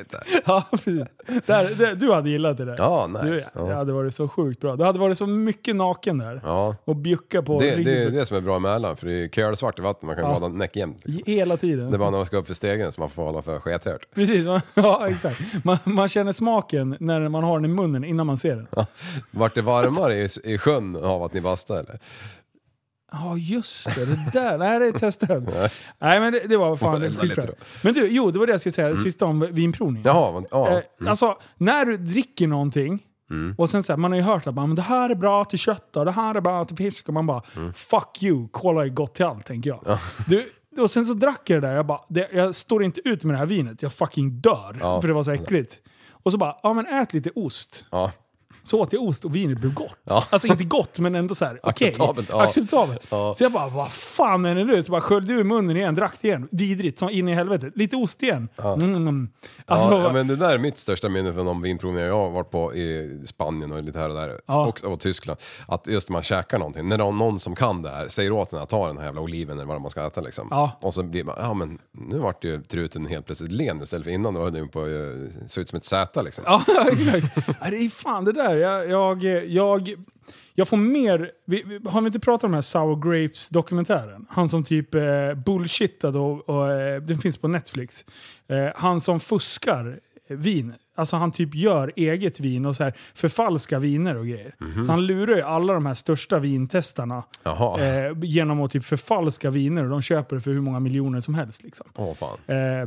Ja, precis. Där, där, du hade gillat det där. Ja, nice. Du, ja. Det hade varit så sjukt bra. Det hade varit så mycket naken där. Ja. Och bjucka på... Det, det är det som är bra med Mälaren, för det är kölsvart i vatten. Man kan ja. bada näck jämt. Liksom. Hela tiden. Det är bara när man ska upp för stegen som man får hålla för skethört. Precis, man, ja exakt. Man, man känner smaken när man har den i munnen innan man ser den. Ja. Vart det varmare i, i sjön av att ni bastade eller? Ja just det, det där. Nej det är testat. Nej men det, det var fan det skitbra. Men du, jo det var det jag skulle säga, mm. sista om vinprovning. Jaha, ja. Mm. Eh, alltså, när du dricker någonting mm. och sen så här, man har ju hört att man, det här är bra till kött och det här är bra till fisk och man bara, mm. fuck you, kolla är gott till allt tänker jag. Ja. Du, och sen så drack jag det där, jag bara, det, jag står inte ut med det här vinet, jag fucking dör. Ja. För det var så äckligt. Och så bara, ja men ät lite ost. Ja. Så åt jag ost och vinet blev gott. Ja. Alltså inte gott men ändå så här okej. Okay. Acceptabelt. Ja. Acceptabelt. Ja. Så jag bara, vad fan är det nu? Så bara sköljde ur munnen igen, drack det igen. Vidrigt, som in i helvetet. Lite ost igen. Ja. Mm. Alltså, ja, men det där är mitt största minne från de vinprovningar jag har varit på i Spanien och lite här och där. Ja. Och, och Tyskland. Att just när man käkar någonting. När någon, någon som kan det här säger åt en att ta den här jävla oliven eller vad man ska äta liksom. Ja. Och så blir man, ja men nu vart ju truten helt plötsligt len istället för innan. Då var det ju på, såg ut som ett säta liksom. Ja, exakt. Det är fan det där. Jag... jag Jag, jag får mer... Vi, vi, har vi inte pratat om den här Sour Grapes-dokumentären? Han som typ eh, bullshittade och, och eh, den finns på Netflix. Eh, han som fuskar vin. Alltså han typ gör eget vin och så här förfalska viner och grejer. Mm-hmm. Så han lurar ju alla de här största vintestarna eh, genom att typ förfalska viner och de köper det för hur många miljoner som helst liksom. Åh fan. Eh,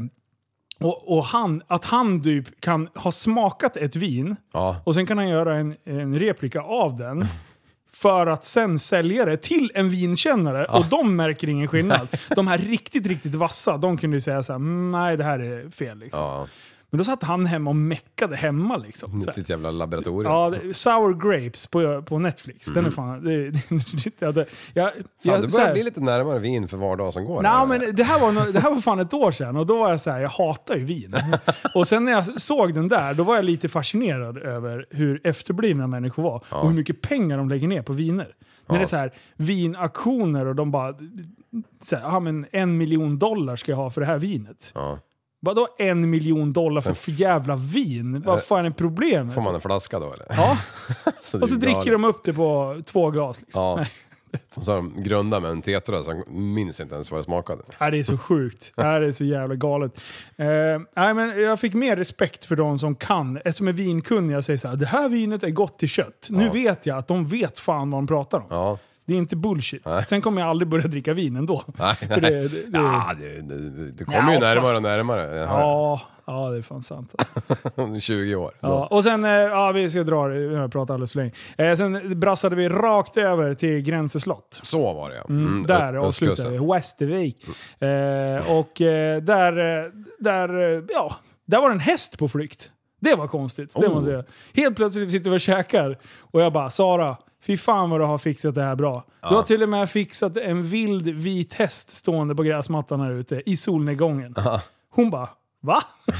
Och, och han, att han typ kan ha smakat ett vin ja. och sen kan han göra en, en replika av den för att sen sälja det till en vinkännare ja. Och de märker ingen skillnad. De här riktigt, riktigt vassa, de kunde ju säga så här, nej det här är fel liksom. Ja. Men då satt han hemma och meckade hemma liksom. Sitt jävla laboratorium. Ja, det, Sour Grapes på, på Netflix. Mm. Den är fan... Det, det, det, jag, fan, jag, du börjar bli lite närmare vin för var dag som går. Nej, men det här, var, det här var fan ett år sedan. Och då var jag så här, jag hatar ju vin. Och sen när jag såg den där, då var jag lite fascinerad över hur efterblivna människor var. Ja. Och hur mycket pengar de lägger ner på viner. Ja. När det är så här vinaktioner och de bara... Så här, ja, men en miljon dollar ska jag ha för det här vinet. Ja. Vadå en miljon dollar för, för jävla vin? Vad fan är problemet? Får man en flaska då eller? Ja. så och så dricker galet. De upp det på två glas. Liksom. Ja. Och så har de grundat med en tetra så de minns inte ens vad det smakade. Nej, det är så sjukt. Det är så jävla galet. Eh, nej, men jag fick mer respekt för de som kan. Eftersom är vinkunniga säger så här, det här vinet är gott till kött. Ja. Nu vet jag att de vet fan vad de pratar om. Ja. Det är inte bullshit. Nej. Sen kommer jag aldrig börja dricka vin ändå. Nej, nej. Det, det, det... Ja, det, det, det kommer ja, ju närmare fast... och närmare. Ja, ja, det är fan sant. Alltså. tjugo år. Ja, och sen, ja vi ska dra det, jag pratar alldeles för länge. Eh, sen brassade vi rakt över till Gränse slott. Så var det ja. Mm, mm, där avslutade vi. Västervik. Mm. Eh, och eh, där, där, ja, där var en häst på flykt. Det var konstigt, oh. det måste jag säga. Helt plötsligt sitter vi och käkar och jag bara, Sara, fy fan vad du har fixat det här bra. Ja. Du har till och med fixat en vild vit häst stående på gräsmattan här ute i solnedgången. Aha. Hon bara, va?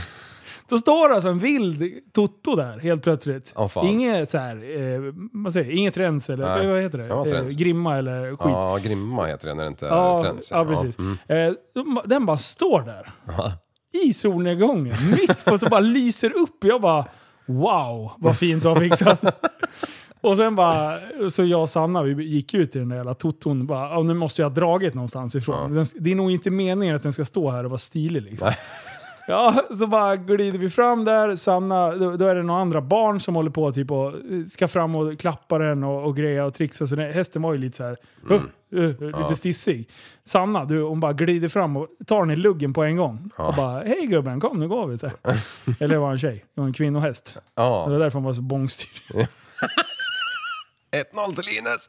Då står alltså en vild Toto där helt plötsligt. Oh, inget så här, eh, vad säger, inget rens eller Nej. vad heter det? Ja, eh, grimma eller skit. Ja, grimma heter det när det inte är ja, trends. Ja, precis. Ja. Mm. Eh, den bara står där. Aha. I solnedgången. Mitt på så bara lyser upp. Jag bara, wow, vad fint du har fixat. Och sen bara, så jag och Sanna, vi gick ut i den där jävla Toton. Bara, nu måste jag ha dragit någonstans ifrån. Ja. Det är nog inte meningen att den ska stå här och vara stilig liksom. Ja, så bara glider vi fram där. Sanna, då, då är det några andra barn som håller på typ och ska fram och klappa den och, och greja och trixa. Så den, hästen var ju lite så här, mm. uh, uh, lite ja. stissig. Sanna, du, hon bara glider fram och tar den i luggen på en gång. Ja. Och bara, hej gubben, kom nu går vi. Så eller var en tjej, det var en kvinnohäst. Ja. Det var därför hon var så bångstyr. ett noll till Linus.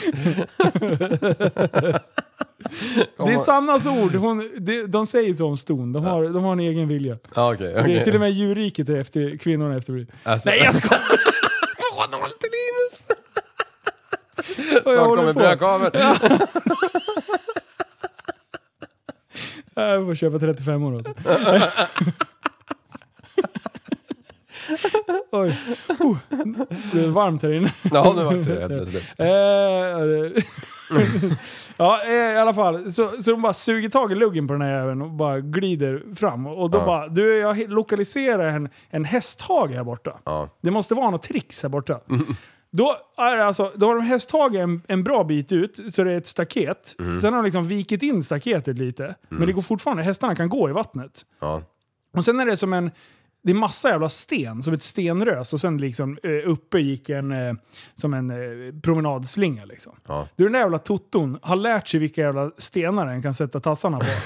Det är Sannas ord. Hon, de, de säger så om ston. De har, de har en egen vilja. Okay, okay. Det är till och med djurriket efter kvinnorna efter. Alltså. Nej, jag skojar! två noll till Linus. Snart kommer brödkamer. Ja. Jag får köpa trettiofem år åt. Oj. Oh, det är varmt här inne. Ja, det var det. det. Ja, i alla fall. Så, så de bara suger tag i luggen på den här jäveln och bara glider fram. Och då ja. bara, du, jag lokaliserar en, en hästhage här borta. Ja. Det måste vara något tricks här borta. Mm. Då, är alltså, då har de hästhagen en, en bra bit ut, så det är ett staket. Mm. Sen har de liksom vikit in staketet lite. Mm. Men det går fortfarande, hästarna kan gå i vattnet. Ja. Och sen är det som en, det är massa jävla sten, som ett stenrös. Och sen liksom eh, uppe gick en, eh, som en eh, promenadslinga liksom. Ja. Den där jävla toton har lärt sig vilka jävla stenar den kan sätta tassarna på.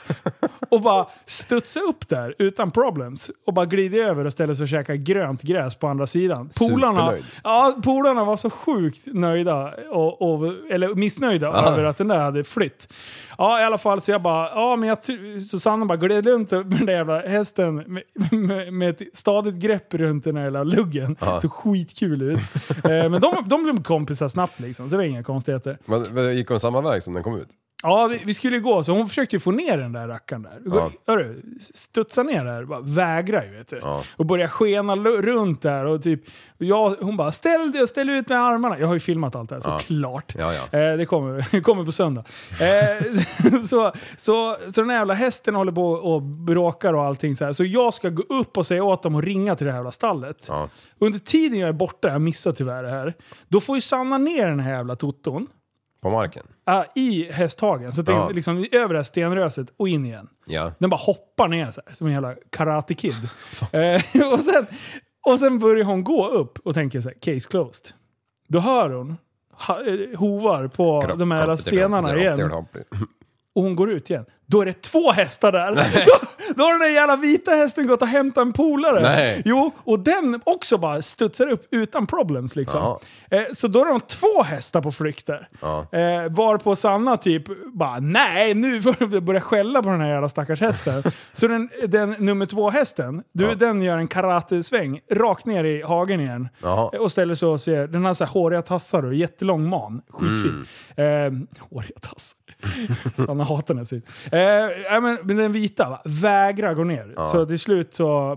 Och bara studsa upp där utan problems. Och bara glider över och ställer sig och käkar grönt gräs på andra sidan. Polarna, ja, polarna var så sjukt nöjda. Och, och, eller missnöjda ah. över att den där hade flytt. Ja, i alla fall så jag bara... Ja, men jag... Susanne bara gled runt med den där jävla hästen med, med, med ett stadigt grepp runt den där jävla luggen. Ah. Så skitkul ut. Men de, de blev kompisar snabbt liksom. Så det var inga konstigheter. Men gick hon samma väg som den kom ut? Ja, vi, vi skulle gå, så hon försökte få ner den där rackaren där. Ja. Hörru, studsa ner där, bara vägrar ju, vet du. Ja. Och börja skena l- runt där och typ, jag, hon bara, ställ dig, ställ ut med armarna. Jag har ju filmat allt det här, ja. såklart. Ja, ja. Eh, det kommer, kommer på söndag. Eh, så, så, så den här jävla hästen håller på och bråkar och allting så här. Så jag ska gå upp och säga åt dem att ringa till det här jävla stallet. Ja. Under tiden jag är borta, jag missar tyvärr det här, då får ju Sanna ner den här jävla toton. På marken? Ja, i hästhagen. Så det ja. är liksom över det här stenröset och in igen. Ja. Den bara hoppar ner så här, som en jävla karate kid. eh, och, sen, och sen börjar hon gå upp och tänker så här, case closed. Då hör hon ha, hovar på kropp, de här kropp, stenarna kropp, igen. Kropp, och hon går ut igen. Då är det två hästar där. då, då har den där jävla vita hästen gått och hämtat en polare. Nej. Jo, och den också bara studsar upp utan problems liksom. Eh, så då är de två hästar på flykt där. Eh, var på Sanna typ bara, nej, nu får vi börja skälla på den här jävla stackars hästen. Så den, den nummer två hästen, du, ja. den gör en karatesväng rakt ner i hagen igen. Ja. Och ställer sig och ser, den har så här håriga tassar och jättelång man. Skitfin. Mm. Eh, håriga tassar. Sanna hatar den sig. Eh, men, men den vita va, vägrar gå ner. Ja. Så till slut så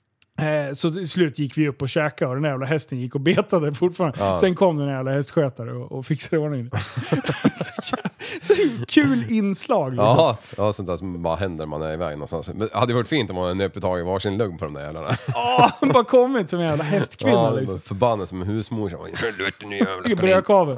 eh, så till slut gick vi upp och käkade och den jävla hästen gick och betade fortfarande. Ja. Sen kom den jävla hästskötare och, och fixade ordning. så, så kul inslag. Liksom. Ja, ja, sånt där som bara händer man är iväg någonstans. Men det hade varit fint om man hade nöpt tagit varsin lugg på de där jävlarna. Ja, oh, bara kommit som en jävla hästkvinna. Ja, liksom. Förbannad som en husmor. I brödkavel.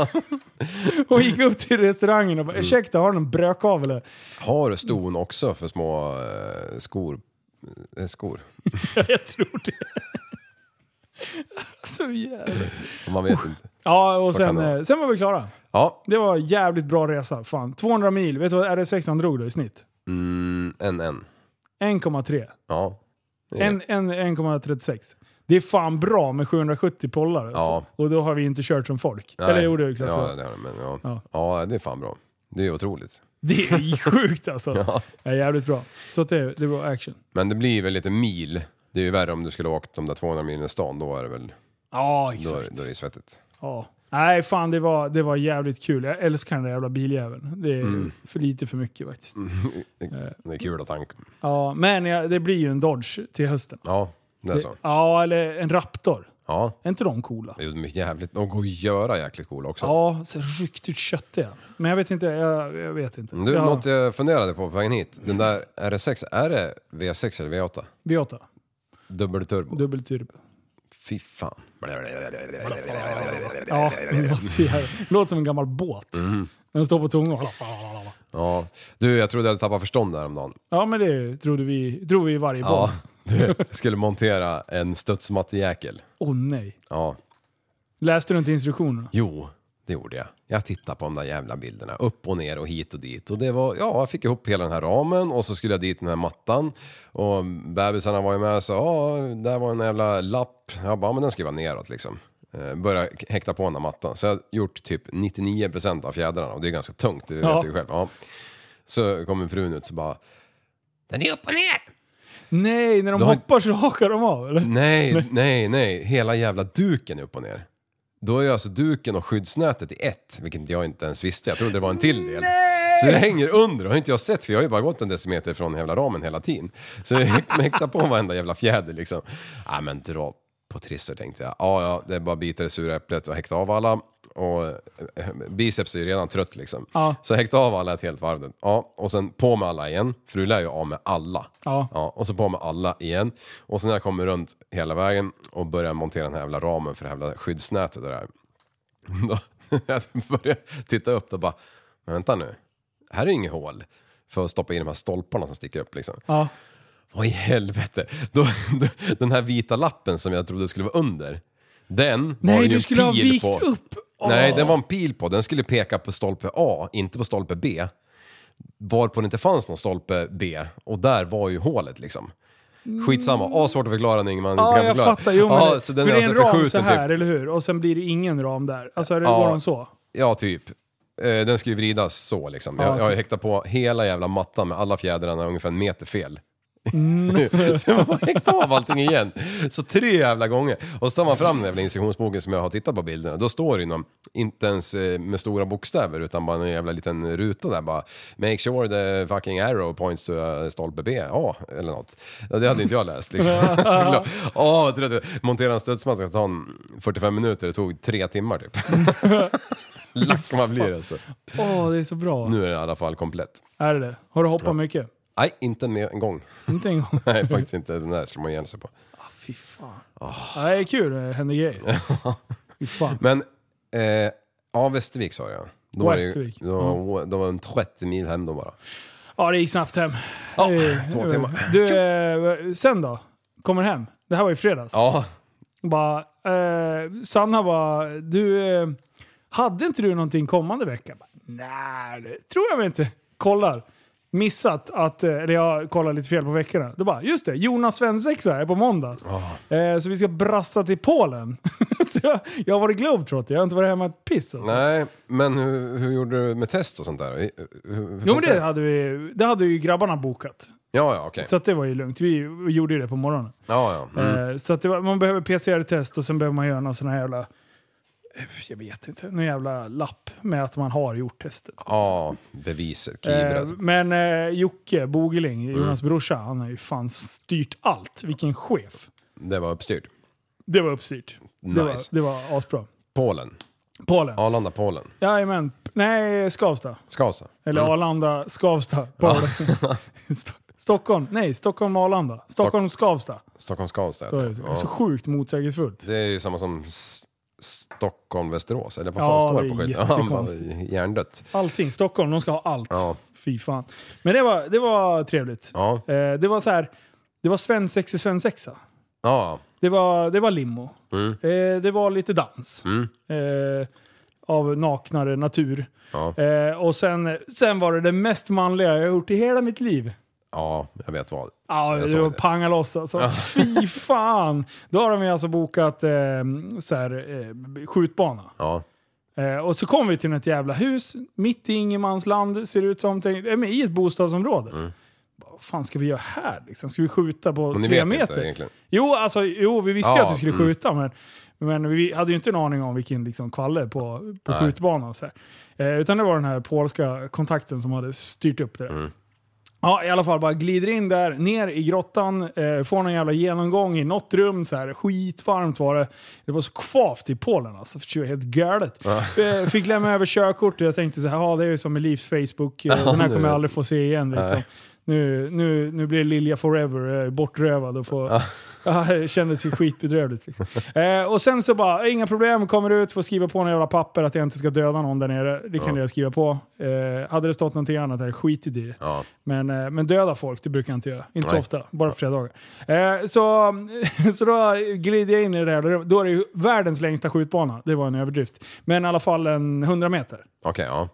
Och gick upp till restaurangen och bara, ursäkta, har du en brödkavel? Har du ston också för små eh, skor? Eh, skor? Jag tror det. Så jävla. Man vet inte. Ja, och sen, sen var vi klara. Ja. Det var jävligt bra resa. Fan. tvåhundra mil. Vet du vad R S sex drog då i snitt? Mm, en, en. en komma tre. Ja. En, en, en komma trettiosex. Det är fan bra med sjuhundrasjuttio pollar. Alltså. Ja. Och då har vi inte kört som folk. Nej. Eller gjorde det klart. Ja, det, men, ja. Ja. ja, det är fan bra. Det är otroligt. Det är sjukt alltså. Ja. Det är jävligt bra. Så det, det var action. Men det blir väl lite mil. Det är ju värre om du skulle ha åkt de där tvåhundra milen i stan. Då är det väl... Ja, exakt. Då, då är det svettigt. Ja. Nej, fan det var, det var jävligt kul. Jag älskar den där jävla biljäveln. Det är mm. för lite för mycket faktiskt. Mm. Det, det är kul att tanka. Ja, men ja, det blir ju en Dodge till hösten. Alltså. Ja, det är så. Det, ja, eller en Raptor. Ja. Är inte de coola? Jo, de är jävligt. De går att göra jäkligt coola också. Ja, så riktigt köttiga. Men jag vet inte, jag, jag vet inte. Du, jag... något jag funderade på på vägen hit. Den där R S sex, är det V sex eller V åtta? V åtta. Dubbelturbo. Dubbelturbo. Fy fan. Ja, det låter, låter som en gammal båt. Mm. Den står på tungan. Ja. Du, jag trodde jag hade tappat förstånd där om dagen. Ja, men det trodde vi, trodde vi i varje ja, boll. Du skulle montera en studsmattejäkel. Åh oh, nej. Ja. Läste du inte instruktionerna? Jo, det gjorde jag. Jag tittade på de där jävla bilderna. Upp och ner och hit och dit. Och det var, ja, jag fick ihop hela den här ramen. Och så skulle jag dit den här mattan. Och bebisarna var ju med och sa, ja, där var en jävla lapp. Jag bara, men den ska vara neråt liksom. Börja häkta på den här mattan. Så jag har gjort typ nittionio procent av fjädrarna. Och det är ganska tungt, det ja. vet du själv. Ja. Så kommer frun ut så bara, den är upp och ner! Nej, när de Då... hoppar så hakar de av, eller? Nej, nej, nej. Hela jävla duken är upp och ner. Då är alltså duken och skyddsnätet i ett, vilket jag inte ens visste. Jag trodde det var en till del. Nej! Så det hänger under, och har inte jag sett, för jag har ju bara gått en decimeter från hela ramen hela tiden. Så jag häktar på varenda jävla fjäder liksom. Ja, men dra på trisser tänkte jag. Ja, ja, det är bara bita det sura äpplet och häkta av alla. Och eh, biceps är ju redan trött liksom. Ja. Så häkta av alla ett helt varv. Ja, och sen på med alla igen. För du lär ju av med alla. Ja. Ja. Och så på med alla igen. Och sen när jag kommer runt hela vägen och börjar montera den här jävla ramen för det här jävla skyddsnätet och det där. Då jag börjar titta upp och bara, men vänta nu. Här är inget hål för att stoppa in de här stolparna som sticker upp liksom. Ja. Vad i helvete. Då, då, den här vita lappen som jag trodde skulle vara under. Den Nej, var ju du en skulle ha pil vikt på. upp. Oh. Nej, den var en pil på. Den skulle peka på stolpe A, inte på stolpe B. Varpå det inte fanns någon stolpe B. Och där var ju hålet liksom. Skitsamma. A, svårt att förklara när man Ja, inte kan jag förklara. fattar. Jo, men Ja, det, så den för är det är en alltså ram förskjuten så här, typ. eller hur? Och sen blir det ingen ram där. Alltså, är det Ja. går den så? Ja, typ. Eh, Den ska ju vridas så liksom. Jag, Ja, jag har ju okej. häktat på hela jävla mattan med alla fjädrarna ungefär en meter fel. Mm. Så jag bara häkta av allting igen. Så tre jävla gånger. Och så tar man fram den jävla instruktionsboken som jag har tittat på bilderna. Då står det ju någon, inte ens eh, med stora bokstäver utan bara en jävla liten ruta där bara. Make sure the fucking arrow points to uh, stolpe B. Ja, eller något. Ja, det hade inte jag läst liksom. Såklart. Åh, jag tror att montera en stödsmatta ska ta en fyrtiofem minuter. Det tog tre timmar typ. Lack man blir alltså. Åh, oh, det är så bra. Nu är det i alla fall komplett. Är det det? Har du hoppat ja. mycket? Nej, inte en, en gång. Inte en gång? Nej, faktiskt inte. Den där ska man igen sig på. Ah, fy fan. Oh. Ja, det är kul, det händer grejer. Fy fan. Men, eh, ja, Västervik sa jag. Då Västervik. Var det, då, mm. då var det en trettio mil hem då bara. Ja, det gick snabbt hem. Ja, eh, två timmar. Du, eh, sen då? Kommer hem? Det här var ju fredags. Ja. Bara, eh, Sanna bara, du, eh, hade inte du någonting kommande vecka? Bara, nej, det tror jag väl inte. Kollar. Missat att, eller jag kollar lite fel på veckorna. Då bara, just det, Jonas Svensexa är på måndag. Oh. Eh, så vi ska brassa till Polen. Så jag, jag har varit globetrotter, jag har inte varit hemma ett piss. Alltså. Nej, men hur, hur gjorde du med test och sånt där? Hur, hur jo men det hade, vi, det hade ju grabbarna bokat. Ja, ja, okej. Okay. Så att det var ju lugnt. Vi, vi gjorde det på morgonen. Ja, ja. Mm. Eh, så att det var, man behöver P C R-test och sen behöver man göra någon sån här jävla... Jag vet inte, någon jävla lapp med att man har gjort testet. Ja, beviset, kiver alltså. eh, Men eh, Jocke Bogeling, Jonas mm. brorsa, han har ju fan styrt allt. Vilken chef. Det var uppstyrt. Det var uppstyrt. Nice. Det var, det var asbra. Polen. Polen. Arlanda, Polen. Jajamän. Nej, Skavsta. Skavsta. Eller mm. Arlanda, Skavsta. Polen. Ja. Stockholm. Nej, Stockholm, Arlanda. Stockholm, Skavsta. Stockholm, Skavsta. Så är det. Ja. Så sjukt motsägelsefullt. Det är ju samma som... Stockholm, Västerås, eller vad ja, fan står det på skiten? Ja, hjärndött. Allting, Stockholm, de ska ha allt. Ja. Fy fan. Men det var, det var trevligt. Ja. Eh, det var så här, det var svensexa svensexa. Ja. Det var, det var limo. Mm. Eh, det var lite dans. Mm. Eh, av naknare natur. Ja. Eh, och sen, sen var det det mest manliga jag har gjort i hela mitt liv. Ja, jag vet vad. Ja, jag det var panga loss alltså. Fy fan! Då har de alltså bokat eh, så här, eh, skjutbana. Ja. Eh, och så kom vi till ett jävla hus, mitt i ingenmansland, ser ut som, tänk, eh, i ett bostadsområde. Mm. Vad fan ska vi göra här liksom? Ska vi skjuta på men tre vet meter? inte, egentligen. Jo, alltså, jo, vi visste ju ja, att vi skulle mm. skjuta, men, men vi hade ju inte en aning om vilken liksom, kvalle på, på skjutbanan. Och så här. Eh, utan det var den här polska kontakten som hade styrt upp det. Mm. Ja, i alla fall bara glider in där, ner i grottan, eh, får någon jävla genomgång i något rum, så här, skitvarmt var det. Det var så kvavt i Polen alltså, för det var helt galet. Ja. Eh, fick lämna över körkort och jag tänkte så här, ja det är ju som med Livs Facebook, eh, den här kommer jag aldrig få se igen liksom. Nu, nu, nu blir Lilja forever eh, bortrövad och får... Ja. Ja, det kändes ju skitbedrövligt. Liksom. Eh, och sen så bara, inga problem, kommer ut, får skriva på några jävla papper att jag inte ska döda någon där nere. Det kan ja. jag skriva på. Eh, hade det stått någonting annat här, skitigt i det. Ja. Men, eh, men döda folk, det brukar jag inte göra. Inte Nej. så ofta, bara för flera dagar. Eh, så, så då glider jag in i det där. Då är det ju världens längsta skjutbana. Det var en överdrift. Men i alla fall en hundra meter. Okej, okay, ja.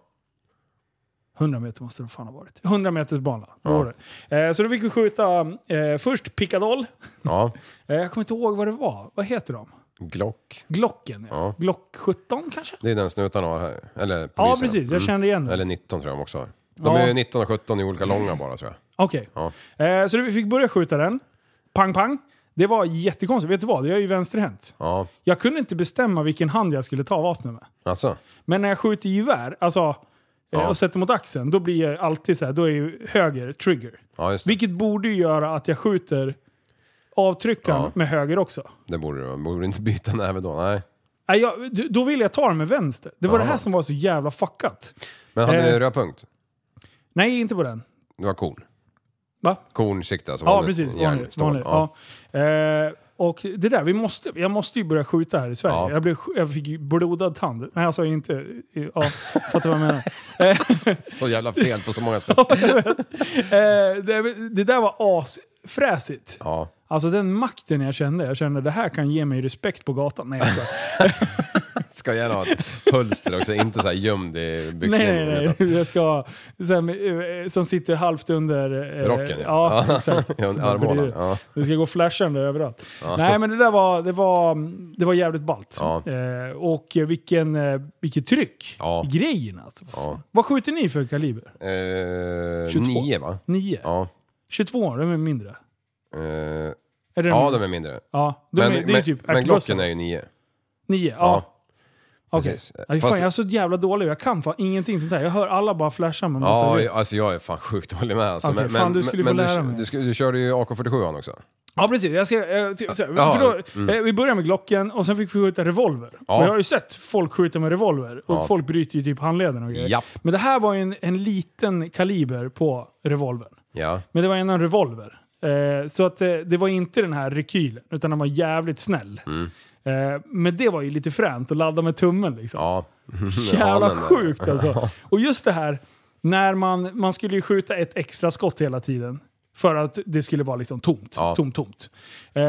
hundra meter måste det fan ha varit. hundra meters bana. Ja. Eh, så då fick vi skjuta eh, först pickadoll. Ja. eh, jag kommer inte ihåg vad det var. Vad heter de? Glock. Glocken, ja. ja. Glock sjutton kanske? Det är den snutan har här. Eller polisen. Ja, precis. Jag kände igen den. Eller nitton tror jag de också har. De ja. är nitton och sjutton i olika långa bara tror jag. Okej. Okay. Ja. Eh, så vi fick börja skjuta den. Pang, pang. Det var jättekonstigt. Vet du vad? Jag är ju vänsterhänt. Ja. Jag kunde inte bestämma vilken hand jag skulle ta vapnet med. Alltså. Men när jag skjuter gevär, alltså... Ja. Och sätter mot axeln, då blir jag alltid så här, då är ju höger trigger. Ja, vilket borde ju göra att jag skjuter avtryckaren Ja. med höger också. Det borde du, borde du inte byta näve då, nej. Nej, jag, då ville jag ta den med vänster. Det var Aha. det här som var så jävla fuckat. Men hade Eh. du röd punkt? Nej, inte på den. Du var cool. Va? Kornsikte, alltså Ja, vanligt precis. järn, Vanligt. stål. vanligt. Ja. Ja. Eh, och det där, vi måste, jag måste ju börja skjuta här i Sverige. Ja. Jag, blev, jag fick ju blodad tand. Nej, alltså inte... Ja, fattar vad jag menar. Eh, Så jävla fel på så många sätt. Ja, jag vet. Eh, det, det där var asfräsigt. Ja. Alltså den makten jag kände, jag kände det här kan ge mig respekt på gatan. Nej, jag ska. Ska gärna ha ett hölster också, inte så här gömd i byxlinjen. nej, nej, nej. Jag ska ha så här, som sitter halvt under... Eh, Rocken, ja. Ja, exakt. Ja, armhålan, ja. Det ska gå flashande överallt. Nej, men det där var, det var, det var jävligt ballt. Ja. Eh, och vilken, eh, vilket tryck Ja. i grejen alltså. Ja. Vad skjuter ni för kaliber? Eh, tjugotvå. nio, va? nio? Ja. tjugotvå, de är mindre. Eh, Är det ja, de, de är mindre. ja, de Men, är, det är men, typ men ärtbössor. Glocken är ju nio. Nio, ja. Ja. Okej. Precis. Aj, Fast- fan, jag är så jävla dålig. Jag kan fan ingenting sånt där. Jag hör alla bara flasha med massa Ja, grejer. jag- alltså jag är fan sjukt dålig med. Alltså. Okej, men, fan, men, du skulle men, få men lära du, mig. Du, du, du körde ju A K fyrtiosju också. Ja, precis. Jag ska, eh, t- så här, Ja, för då, mm. eh, vi börjar med Glocken och sen fick vi skjuta revolver. Ja. Och jag har ju sett folk skjuta med revolver. Och Ja. folk bryter ju typ handleden och grejer. Japp. Men det här var ju en, en liten kaliber på revolvern. Ja. Men det var en revolver. Eh, så att eh, det var inte den här rekylen, utan den var jävligt snäll. Mm. Eh, men det var ju lite fränt att ladda med tummen liksom. Ja. Jävla Ja, men- sjukt alltså. Och just det här, när man, man skulle ju skjuta ett extra skott hela tiden. För att det skulle vara liksom tomt. Ja. Tomt, tomt. Eh,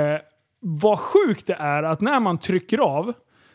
vad sjukt det är att när man trycker av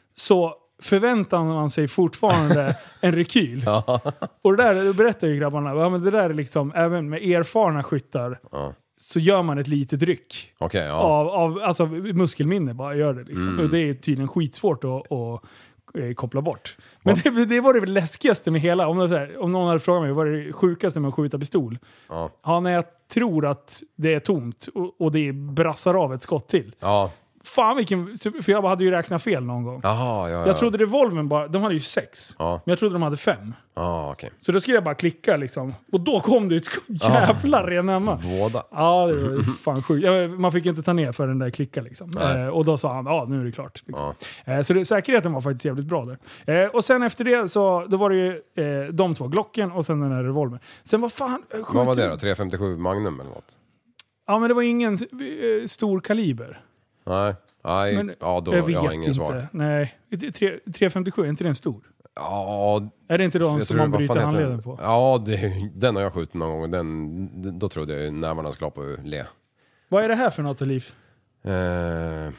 så förväntar man sig fortfarande en rekyl. Ja. Och det där, det berättar ju grabbarna, ja, men det där är liksom, även med erfarna skyttar Ja. så gör man ett litet ryck. Okej, ja. Av, av, alltså muskelminne bara gör det liksom. Mm. Och det är tydligen skitsvårt att, att eh, koppla bort. Men det, det var det väl läskigaste med hela, om, det så här, om någon hade frågat mig vad är det sjukaste med att skjuta pistol? Ja. Ja, när jag tror att det är tomt och, och det brassar av ett skott till. Ja. Fan vilken, för jag hade ju räknat fel någon gång. Jaha, ja, ja. Jag trodde revolven bara, de hade ju sex. Ja. Men jag trodde de hade fem. Ja, okej. Så då skulle jag bara klicka liksom. Och då kom det ett skott. Jävlar i namma. Våda. Ja, det var fan sjukt. Ja, man fick inte ta ner för den där klicka liksom. Eh, och då sa han, ja nu är det klart. Liksom. Eh, så det, säkerheten var faktiskt jävligt bra där. Eh, och sen efter det så då var det ju eh, de två, Glocken och sen den här revolvern. Sen vad fan... Eh, Vad var det skjuter- då? tre femtiosju Magnum eller något? Ja, men det var ingen eh, stor kaliber. Nej. Nej, Men, ja då, jag jag, vet har ingen inte. svar. Nej, tre femtiosju, är inte den stor? Ja, Är det inte de jag som tror, man vad bryter fan heter handleden den? på? Ja, det, den har jag skjutit någon gång och den, då trodde jag nävarna skulle på le. Vad är det här för något, Liv? Eh,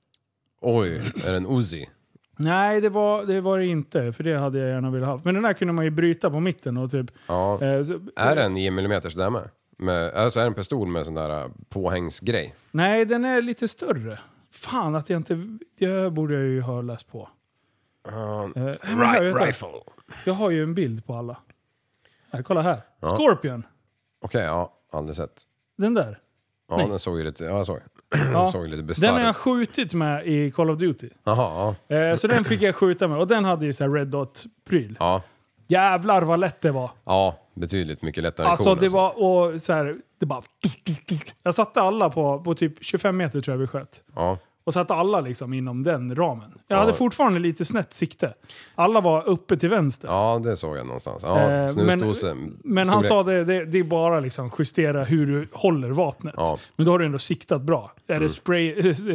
oj, är det en Uzi? Nej, det var, det var det inte. För det hade jag gärna velat ha. Men den här kunde man ju bryta på mitten och typ... Ja. Eh, så, Är det en nio millimeter där med? med? Alltså är det en pistol med sån där påhängsgrej? Nej, den är lite större. Fan att jag inte... Det borde jag ju ha läst på. Uh, Eh, men här, vet right, jag, rifle. jag har ju en bild på alla. Här, kolla här. Ja. Scorpion. Okej, ja, aldrig sett. Den där. Ja, Nej. den såg ju lite, ja jag såg. Ja. Den såg ju lite Den har jag bisarr. skjutit med i Call of Duty. Jaha, ja. Eh, så den fick jag skjuta med. Och den hade ju så här red dot-pryl. Ja. Jävlar vad lätt det var. Ja, betydligt mycket lättare än Alltså cool, det var, och så här, det bara... Jag satte alla på, på typ tjugofem meter tror jag vi sköt. Ja. Och satte alla liksom inom den ramen. Jag Ja. hade fortfarande lite snett sikte. Alla var uppe till vänster. Ja, det såg jag någonstans. Ja, Eh, snusdose. Men han storlek. sa det, det, det är bara liksom justera hur du håller vapnet. Ja. Men då har du ändå siktat bra. Är det spray,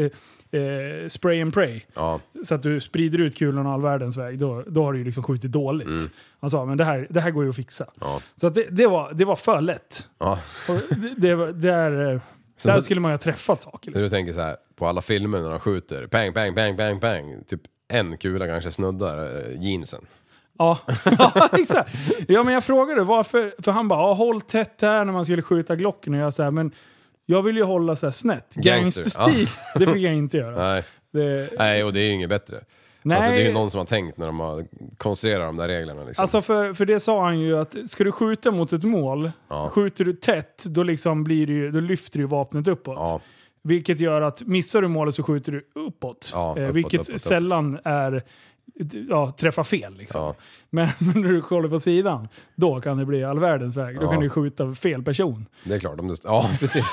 eh, spray and pray, Ja, så att du sprider ut kulorna all världens väg, då, då har du ju liksom skjutit dåligt. Mm. Han sa, men det här, det här går ju att fixa. ja. Så att det, det, var, det var för lätt. Ja. Och det, det, var- där, eh, Så där då- skulle man ju ha träffat saker. Så du Liksom. tänker så här, på alla filmer när de skjuter, pang, pang, pang, pang, pang. Typ en kula kanske snuddar eh, jeansen. Ja, ja, exakt. Ja, men jag frågade varför, för han bara, ja, håll tätt här när man skulle skjuta Glocken. Och jag sa, men jag vill ju hålla så här snett. Gangster, Gangsterstil. Det fick jag inte göra. Nej. Det, Nej, och det är ju inget bättre. nej, Alltså det är ju någon som har tänkt när de har konstruerat de där reglerna liksom. alltså för, för det sa han ju att ska du skjuta mot ett mål, Ja. skjuter du tätt, då, liksom blir det ju, då lyfter du vapnet uppåt. Ja, Vilket gör att missar du målet så skjuter du uppåt. Ja, eh, uppåt, vilket uppåt, uppåt. sällan är ja, träffa fel liksom. Ja. Men, men när du kollar på sidan, då kan det bli all världens väg. Då Ja. kan du skjuta fel person. Det är klart. Om det, ja, precis.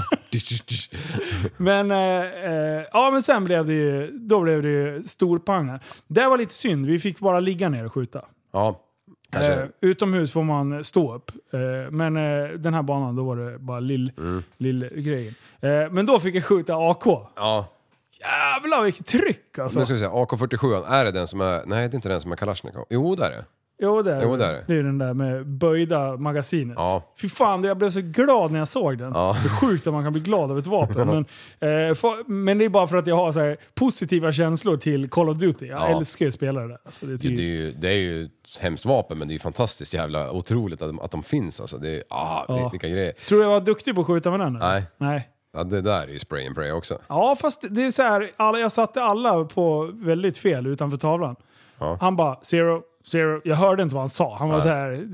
Men, eh, eh, ja, men sen blev det ju, då blev det ju storpangar. Det var lite synd, vi fick bara ligga ner och skjuta. Ja, kanske. Eh, utomhus får man stå upp. Eh, men eh, den här banan, då var det bara lill, Mm. lill grejen. Eh, men då fick jag skjuta A K. Ja. Jävlar vilket tryck alltså. Nu ska vi säga, A K fyrtiosju, är det den som är... Nej, det är inte den som är Kalashnikov. Jo, det är det. Jo, det är, Jo, det är det. det är den där med böjda magasinet. Ja. Fy fan, jag blev så glad när jag såg den. Ja. Det är sjukt att man kan bli glad av ett vapen. men, eh, för, men det är bara för att jag har så här, positiva känslor till Call of Duty. Jag Ja. älskar ju spelare där. Alltså, det är Det, det, är ju, det är ju ett hemskt vapen, men det är ju fantastiskt jävla otroligt att de, att de finns. Alltså. Det är, ah, Ja. vilka grejer. Tror du jag var duktig på att skjuta med den? eller? Nej. Nej. Ja, det där är ju spray and pray också. Ja, fast det är så här, alla, jag satte alla på väldigt fel utanför tavlan. Ja. Han bara, zero, zero. Jag hörde inte vad han sa. Han var Nej. så här.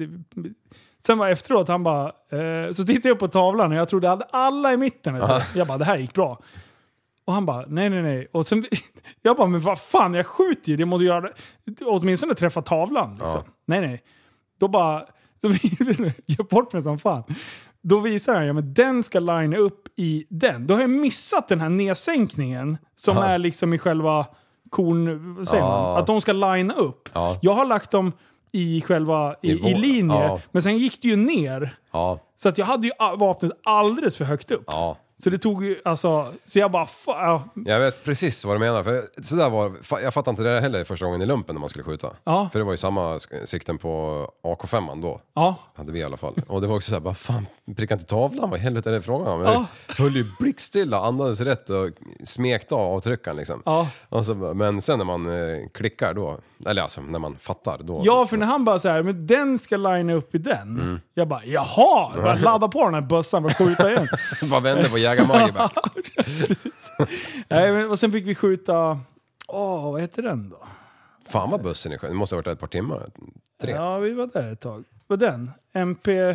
Sen var efteråt, han bara, eh, så tittade jag på tavlan och jag trodde jag hade alla i mitten. Vet du. Jag bara, det här gick bra. Och han bara, nej, nej, nej. Och sen, jag bara, men vad fan, jag skjuter ju. Det måste göra, åtminstone träffa tavlan. Liksom. Ja. Nej, nej. Då bara, då gör bort mig som fan. Då visar han, ja men den ska linea upp i den. Då har jag missat den här nedsänkningen som Aha. är liksom i själva korn, vad säger Ja. man? Att de ska linea upp. Ja. Jag har lagt dem i själva, i, I vå- i linje, ja. men sen gick det ju ner. Ja, Så att jag hade ju a- vapnet alldeles för högt upp. ja. Så det tog ju, alltså, så jag bara, fa- ja, Jag vet precis vad du menar. För så där var, fa- jag fattade inte det heller första gången i lumpen när man skulle skjuta. Ja. För det var ju samma sk- sikten på A K fem då. ja. Hade vi i alla fall. Och det var också såhär, bara fan, pricka inte tavlan, vad i helvete är det frågan om? Ja. Jag höll ju blickstilla, andades rätt och smekte av avtryckaren liksom. Ja. Och så, men sen när man eh, klickar då, eller alltså när man fattar då. Ja, för när han bara så här, men den ska linea upp i den. Mm. Jag bara, jaha! Jag bara ladda på den här bössan för att skjuta igen. Bara vände på jägarmaggen bara. Precis. Nej, men, och sen fick vi skjuta, åh, vad heter den då? Fan vad bussen är skön. Det måste ha varit ett par timmar. Tre. Ja, vi var där ett tag. Vad den? M P...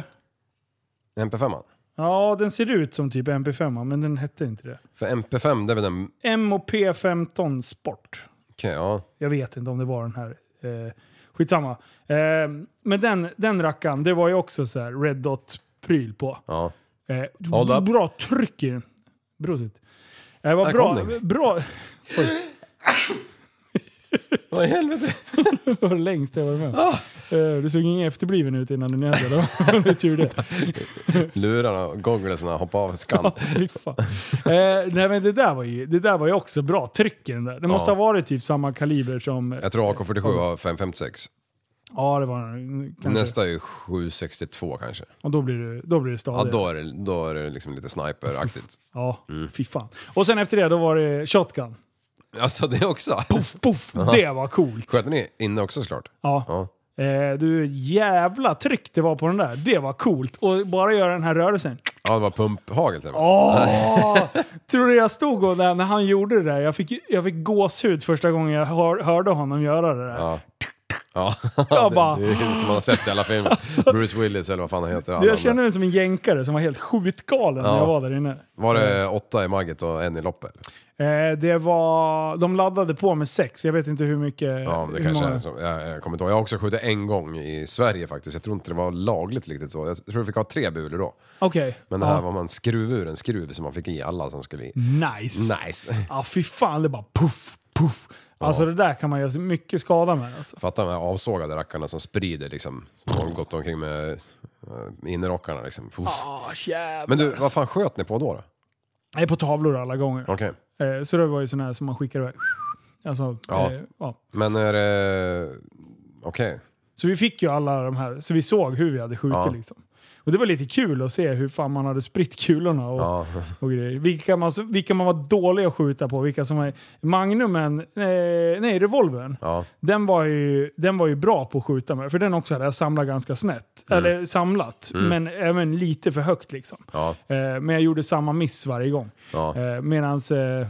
M P fem. Ja, den ser ut som typ M P fem, men den hette inte det. För M P fem, det är väl den... M och P femton Sport. Okej, ja. Jag vet inte om det var den här. Eh, skitsamma. Eh, men den, den rackan, det var ju också så här Red Dot-pryl på. Ja. Eh, Hold up. bra tryck i den. Brosit. Det var Här bra. kom den. bra. Vad i helvete? Det var längst jag var med. Ah. Eh, det såg ingen efterbliven ut innan du nödde. Det var tur det. Lurarna och gogglesarna hoppade av skan. Fy fan. Eh, nej, men det där var ju, det där var ju också bra tryck i den där. Det måste Ja. ha varit typ samma kaliber som... Jag tror A K fyrtiosju var fem femtiosex. Ja, det var den. Kanske. Nästa är ju sju sextiotvå kanske. Och då blir det, då blir det Ja, stadigt. då är det, då är det liksom lite sniperaktigt. Ja, fy fan. Och sen efter det, då var det shotgun. Alltså det också. Puff, puff. Det var coolt. Sköt ni inne också såklart? Ja. Ja. Eh, du, jävla tryck det var på den där. Det var coolt. Och bara göra den här rörelsen. Ja, det var pumphagel till det. Åh! Tror du jag stod och där när han gjorde det där? Jag fick, jag fick gåshud första gången jag hör, hörde honom göra det där. Ja. Ja, Jag det, bara- det är som man har sett i alla filmer. Bruce Willis eller vad fan han heter. alla Jag kände andra. mig som en jänkare som var helt skjutgalen när Ja. jag var där inne. Var det åtta i magget och en i loppet? Eh, det var... De laddade på med sex. Jag vet inte hur mycket... Ja, det hur kanske många- är så. Jag, jag kommer inte ihåg. Jag har också skjutit en gång i Sverige faktiskt. Jag tror inte det var lagligt riktigt så. Jag tror vi fick ha tre bulor då. Okej. Men det här Ja. var man skruv ur en skruv som man fick i alla som skulle i. Nice. Nice! Ja, fy fan. Det bara puff, puff. Alltså det där kan man göra så mycket skada med. Alltså. Fatta de här avsågade rackarna som sprider liksom. Som har gått omkring med uh, innerrockarna liksom. Puff. Ah, jävlar. Men du, vad fan sköt ni på då? då? Jag är på tavlor alla gånger. Okej. Eh, så det var ju sån här som man skickar iväg. Alltså, Ja. eh, ja. Men är det... Okej. Så vi fick ju alla de här, så vi såg hur vi hade skjutit Ja. liksom. Och det var lite kul att se hur fan man hade spritt kulorna och, Ja. och grejer. Vilka man, vilka man var dålig att skjuta på, vilka som var... Magnumen, eh, nej revolvern, Ja. den var, ju, den var ju bra på att skjuta med. För den också hade jag samlat ganska snett. Eller samlat, men även lite för högt liksom. Ja. Eh, men jag gjorde samma miss varje gång. Ja. Eh, medans... Eh,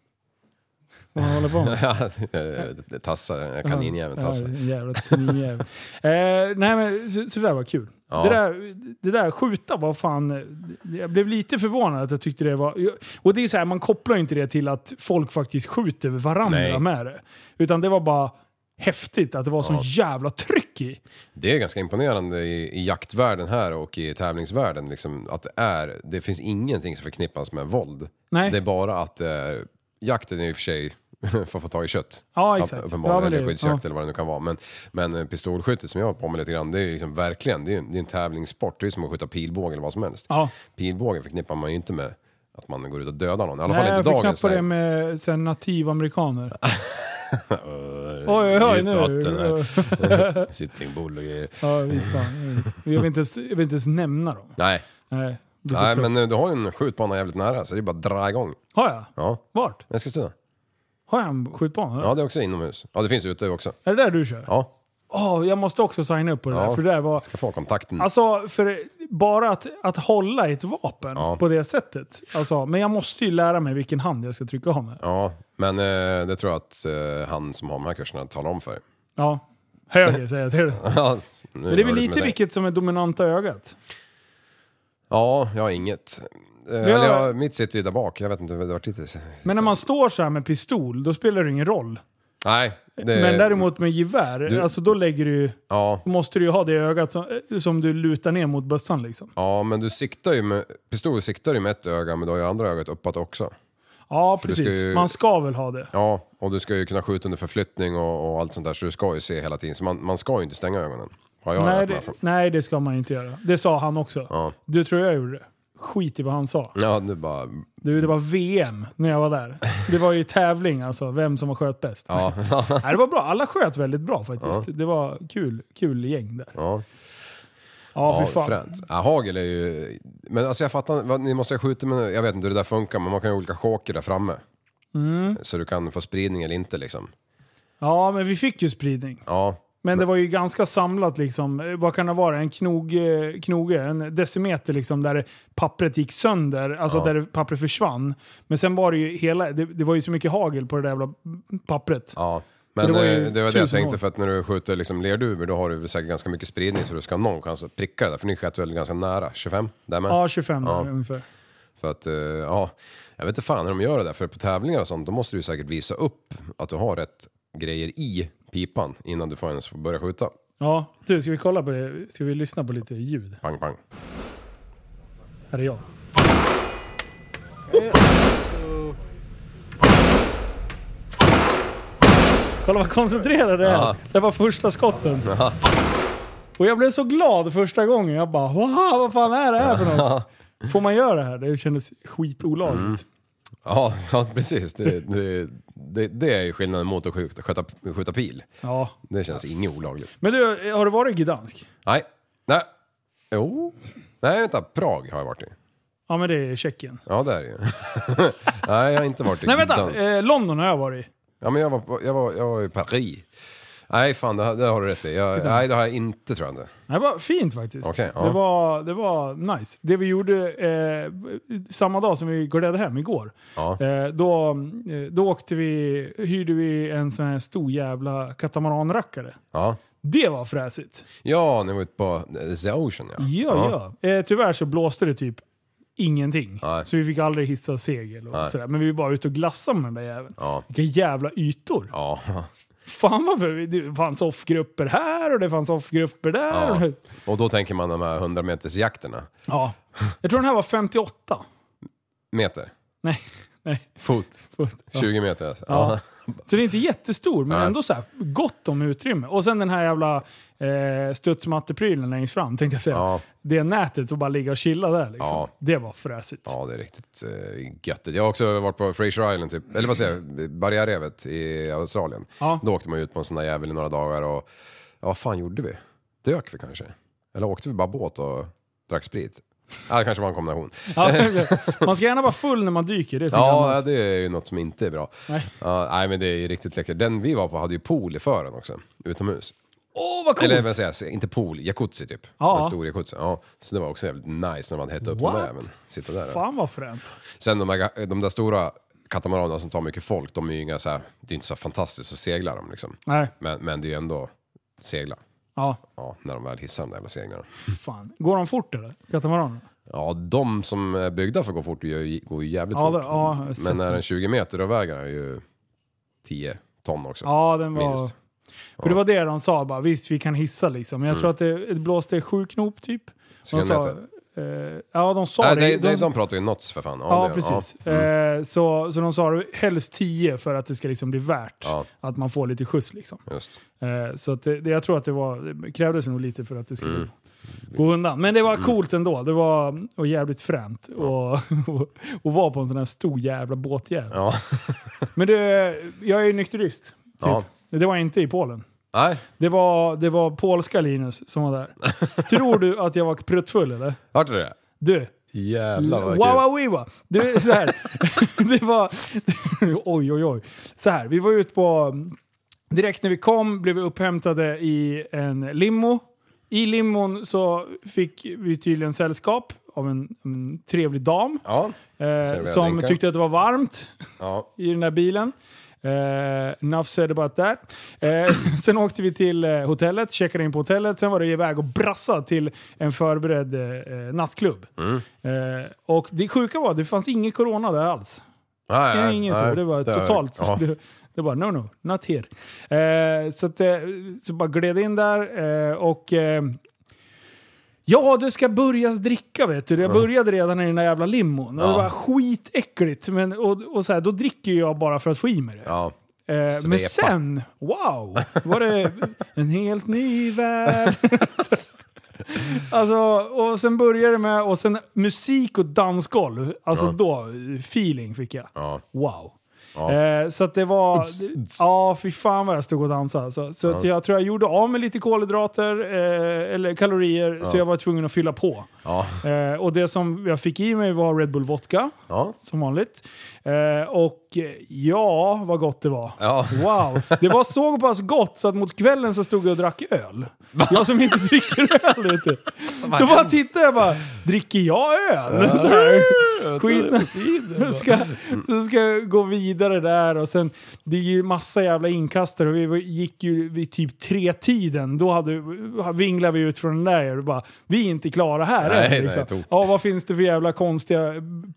vad man håller på med? Det tassar, kaninjäveln tassar. Ja, en jävla kaninjävel. eh, nej men så, så det där var kul. Ja. Det, där, det där skjuta var fan... Jag blev lite förvånad att jag tyckte det var... Och det är så här, man kopplar ju inte det till att folk faktiskt skjuter varandra Nej. med det. Utan det var bara häftigt att det var så ja. jävla tryck i. Det är ganska imponerande i, i jaktvärlden här och i tävlingsvärlden liksom, att det är, det finns ingenting som förknippas med våld. Nej. Det är bara att eh, jakten är i och för sig för att få tag i kött. Ja, exakt. Uppenbarligen, ja, eller skyddsjakt ja. eller vad det nu kan vara. Men, men pistolskyttet som jag har på mig lite grann, det är liksom verkligen, det är, det är en tävlingssport. Det är som att skjuta pilbåge eller vad som helst. Ja. Pilbåge förknippar man ju inte med att man går ut och dödar någon. I alla Nej, fall inte dagens. Nej, jag förknippar det med sen nativamerikaner. oj, oj, oj, nu. Sitting bull och grejer. Ja, fan. Jag vill inte ens, jag vill inte ens nämna dem. Nej. Nej, Nej men du har ju en skjutbana jävligt nära, så det är bara att dra igång. Har jag? Ja. Vart? Jag ska studa. Har jag en skjutbana? Ja, det är också inomhus. Ja, det finns ute också. Är det där du kör? Ja. Oh, jag måste också signa upp på det ja, där. För det där var... ska få kontakten. Alltså, för bara att, att hålla ett vapen ja. på det sättet. Alltså, men jag måste ju lära mig vilken hand jag ska trycka av med. Ja, men eh, det tror jag att eh, han som har de här kurserna talar om för dig. Ja, höger säger jag till dig. ja, men det är väl lite vilket som är dominanta ögat. Ja, jag har inget. Ja. Eller jag, mitt sitter ju där bak, jag vet inte vad det var tidigt. Men när man står så här med pistol, då spelar det ingen roll. Nej. Det... Men däremot med gevär, du... alltså då lägger du ja. då måste du ju ha det ögat som, som du lutar ner mot bössan liksom. Ja, men du siktar ju med, pistol siktar ju med ett öga, men du har ju andra ögat uppåt också. Ja, för precis. Ska ju... Man ska väl ha det. Ja, och du ska ju kunna skjuta under förflyttning och, och allt sånt där, så du ska ju se hela tiden. Så man, man ska ju inte stänga ögonen. Har jag nej, det, nej, det ska man inte göra. Det sa han också. Ja. Du tror jag gjorde det. Skit i vad han sa. Ja, det bara... Du, det var V M när jag var där. Det var ju tävling alltså, vem som har sköt bäst. Ja. Nej, det var bra, alla sköt väldigt bra faktiskt. Ja. Det var kul, kul gäng där. Ja. Ja, för fan. Fränt. Ja, hagel är ju... Men alltså jag fattar, vad, ni måste skjuta med... Jag vet inte hur det där funkar, men man kan ju ha olika choker där framme. Mm. Så du kan få spridning eller inte liksom. Ja, men vi fick ju spridning. Ja. Men det var ju ganska samlat liksom. Vad kan det vara? En knog, knoge, en decimeter liksom, där pappret gick sönder. Alltså ja. där pappret försvann. Men sen var det ju hela... Det, det var ju så mycket hagel på det där jävla pappret. Ja. Men det var, det, det var det jag tänkte, för att när du skjuter liksom lerduvor, då har du säkert ganska mycket spridning, så du ska ha någon chans att pricka det där. För ni sköt väl ganska nära, tjugofem? Där med? Ja, tjugofem ja. där ungefär. För att, ja, jag vet inte fan när de gör det där. För på tävlingar och sånt, då måste du säkert visa upp att du har rätt grejer i pipan innan du får ens börja skjuta. Ja, du, ska vi kolla på det? Ska vi lyssna på lite ljud? Pang, pang. Här är jag. Kolla vad koncentrerad det är. Ja. Det var första skotten. Ja. Och jag blev så glad första gången. Jag bara, wow, vad fan är det här för något? Ja. Får man göra det här? Det kändes skitolagligt. Mm. Ja, ja, precis. Det, det, det, det är ju skillnaden mot att skjuta, skjuta, skjuta pil. Ja. Det känns ja. inget olagligt. Men du, har du varit i Gdansk? Nej. Nej. Jo. Nej, vänta. Prag har jag varit i. Ja, men det är Tjeckien. Ja, det är det. Nej, jag har inte varit i Nej, Gdansk. vänta. Eh, London har jag varit i. Ja, men jag var, jag var, jag var i Paris. Nej, fan, det, det har du rätt i. Jag, nej, det har jag inte, tror jag inte. Det var fint faktiskt. Okay, ja. det, var, det var nice. Det vi gjorde eh, samma dag som vi gårdade hem igår. Ja. Eh, då, då åkte vi, hyrde vi en sån här stor jävla katamaranrackare. Ja. Det var fräsigt. Ja, ni var ute på The Ocean, ja. Ja, ja. ja. Eh, tyvärr så blåste det typ ingenting. Nej. Så vi fick aldrig hissa segel och sådär. Men vi var bara ute och glassade med den där jäveln. Ja. Vilka jävla ytor. Ja. Fan vad det fanns off-grupper här och det fanns off-grupper där. Ja. Och då tänker man de här hundra meters jakterna. Ja. Jag tror den här var femtioåtta. Meter? Nej. Nej. Fot? Fot. tjugo ja. meter alltså. Ja. Så det är inte jättestor, men Nej. ändå så här gott om utrymme. Och sen den här jävla eh, studsmatteprylen längst fram, tänkte jag säga. Ja. Det nätet som bara ligger och chilla där liksom. Ja. Det var fräsigt. Ja, det är riktigt eh, göttigt. Jag har också varit på Fraser Island typ, eller vad säger jag, Barriärrevet i Australien. Ja. Då åkte man ut på en sån där jävel i några dagar och ja, vad fan gjorde vi? Dök vi kanske? Eller åkte vi bara båt och drack sprit? Ja, det kanske var en kombination. Ja, man ska gärna vara full när man dyker. Det är så ja, gammalt. Det är ju något som inte är bra. Nej. Ja, nej, men det är ju riktigt läckert. Den vi var på hade ju pool i fören också, utomhus. Åh, vad coolt! Eller vad säger jag, inte pool, jacuzzi typ. Ja. En stor jacuzzi. Ja, så det var också jävligt nice när man hette upp What? den där även. Sitta där. Fan vad fränt. Sen de där, de där stora katamaranerna som tar mycket folk, de är ju inga så här, det är inte så fantastiskt att segla dem liksom. Nej. Men, men det är ju ändå segla. Ja. Ja, när de väl hissar de där jävla seglarna. Fan. Går de fort eller? Katamaranerna? Ja, de som är byggda för att gå fort går ju jävligt ja, fort. Det, ja, men när den tjugo meter, då väger den ju tio ton också. Ja, den var... Minst. För det var det de sa, bara, visst vi kan hissa liksom. Men jag mm. tror att det, det blåste sju knop typ. De sa, eh, ja, de sa Nej, det. De, de, de pratar ju knots för fan. Ja, ja det, precis. Ja. Mm. Eh, så, så de sa helst tio för att det ska liksom bli värt ja. att man får lite skjuts liksom. Just. Eh, så att det, det, jag tror att det, var, det krävdes nog lite för att det skulle mm. gå undan. Men det var coolt ändå. Det var och jävligt fränt ja. och, och, och vara på en sån här stor jävla båtjävel. Ja. Men det, jag är ju nykterist. Typ. Ja. Det var inte i Polen. Nej. Det var, det var polska Linus som var där. Tror du att jag var pruttfull eller? Vart är det? Du. Jävlar vad wow, wow, wow. Det är så här. Det var oj oj oj. Så här, vi var ute på direkt när vi kom blev vi upphämtade i en limo. I limon så fick vi tydligen sällskap av en, en trevlig dam. Ja. Eh, som drinkar. Tyckte att det var varmt ja. i den där bilen. Uh, enough said about that. Uh, sen åkte vi till uh, hotellet, checkade in på hotellet. Sen var det iväg och brassa till en förberedd uh, nattklubb. Mm. Uh, och det sjuka var, det fanns ingen corona där alls. Nej, nej, nej, inget, nej, det var det totalt. Ja. Det, det var no no, not here. Uh, så, att, uh, så bara gled in där uh, och uh, ja, du ska börja dricka vet du. Jag började redan i den där jävla limon. Ja. Det var skitäckligt. Men, och, och så här, då dricker jag bara för att få i mig det. Ja. Eh, men sen, wow, var det en helt ny värld. Alltså, och sen började det med, och sen musik och dansgolv. Alltså ja. Då, feeling fick jag. Ja. Wow. Ja. Eh, så att det var... Ja, fy fan vad jag stod och dansade. Så, så ja. Att jag tror jag gjorde av med lite kolhydrater eh, eller kalorier. Ja. Så jag var tvungen att fylla på. Ja. Eh, och det som jag fick i mig var Red Bull Vodka. Ja. Som vanligt. Eh, och ja, vad gott det var. Ja. Wow. Det var så pass gott så att mot kvällen så stod jag och drack öl. Jag som inte dricker öl, vet du. Då bara tittade jag bara, dricker jag öl? Ja. Så här. Skit. Ska, så ska jag gå vidare där och sen det är ju massa jävla inkastare och vi gick ju vid typ tre tiden. Då hade, vinglade vi ut från den där och bara, vi är inte klara här. Nej, än, liksom. nej, ja, vad finns det för jävla konstiga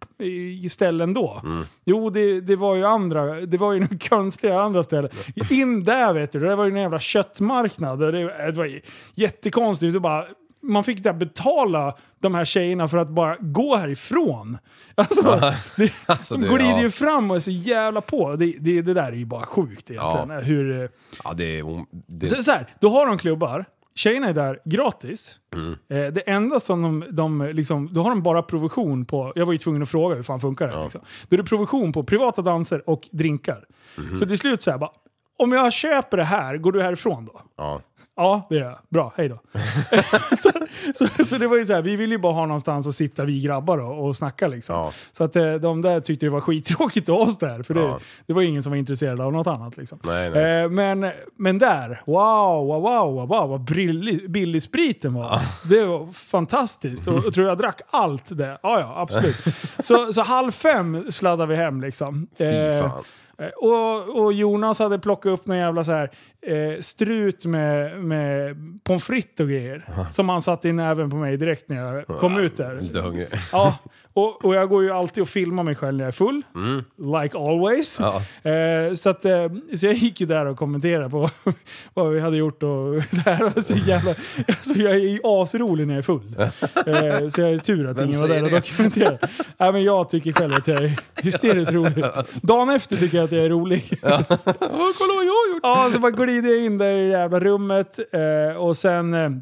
ställen då? Mm. Jo, det, det var ju andra, det var ju några konstiga andra ställen. In där vet du, det var ju en jävla köttmarknad. Det, det var jättekonstigt. Så bara, man fick där betala de här tjejerna för att bara gå härifrån. Alltså, det, alltså det, de glider ju ja. fram och är så jävla på. Det, det, det där är ju bara sjukt egentligen. Ja. Hur, ja, det är... Det... Så, så här, då har de klubbar. Tjejerna är där gratis. Mm. Eh, det enda som de, de liksom, då har de bara provision på, jag var ju tvungen att fråga hur fan funkar det. Ja. Liksom. Då är det provision på privata danser och drinkar. Mm. Så till slut så här bara, om jag köper det här, går du härifrån då? Ja. Ja, det gör jag. Bra, hej då. så, så, så det var ju så här, vi ville ju bara ha någonstans att sitta vi grabbar då, och snacka liksom. Ja. Så att de där tyckte det var skittråkigt av oss där. För det, ja. det var ingen som var intresserad av något annat liksom. Nej, nej. Eh, men, men där, wow, wow, wow, wow vad billig, billig spriten var. Ja. Det var fantastiskt. Och jag tror jag drack allt det. Ja, ja, absolut. så, så halv fem sladdade vi hem liksom. Fy fan. Eh, Och, och Jonas hade plockat upp någon jävla så här, eh, strut med, med pommes frites och grejer. Aha. Som han satte i näven på mig direkt när jag kom ja, ut där. Lite hungrig. Ja, och, och jag går ju alltid och filmar mig själv när jag är full. Mm. Like always. Ja. Eh, så, att, eh, så jag gick ju där och kommenterade på vad vi hade gjort. Och det här. Så jävla, alltså jag är ju asrolig när jag är full. Eh, så jag är tur att ingen var där och dokumenterade. Nej, men jag tycker själv att jag är hysteriskt rolig. Dagen efter tycker jag att jag är rolig. Ja. Kolla vad jag har gjort. Ja, så bara glider jag in där i det jävla rummet. Eh, och sen... Eh,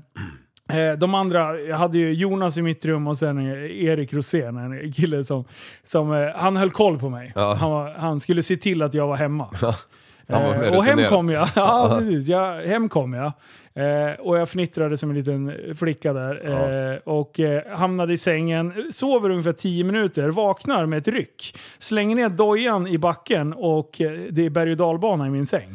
de andra, jag hade ju Jonas i mitt rum och sen Erik Rosén, en kille som, som han höll koll på mig. Ja. Han, var, han skulle se till att jag var hemma. Ja. Eh, och hem kom jag. Ja, precis. Jag, hem kom jag. Eh, och jag fnittrade som en liten flicka där. Eh, ja. Och eh, hamnade i sängen. Sover ungefär tio minuter. Vaknar med ett ryck. Slänger ner dojan i backen och eh, det är berg- och dalbana i min säng.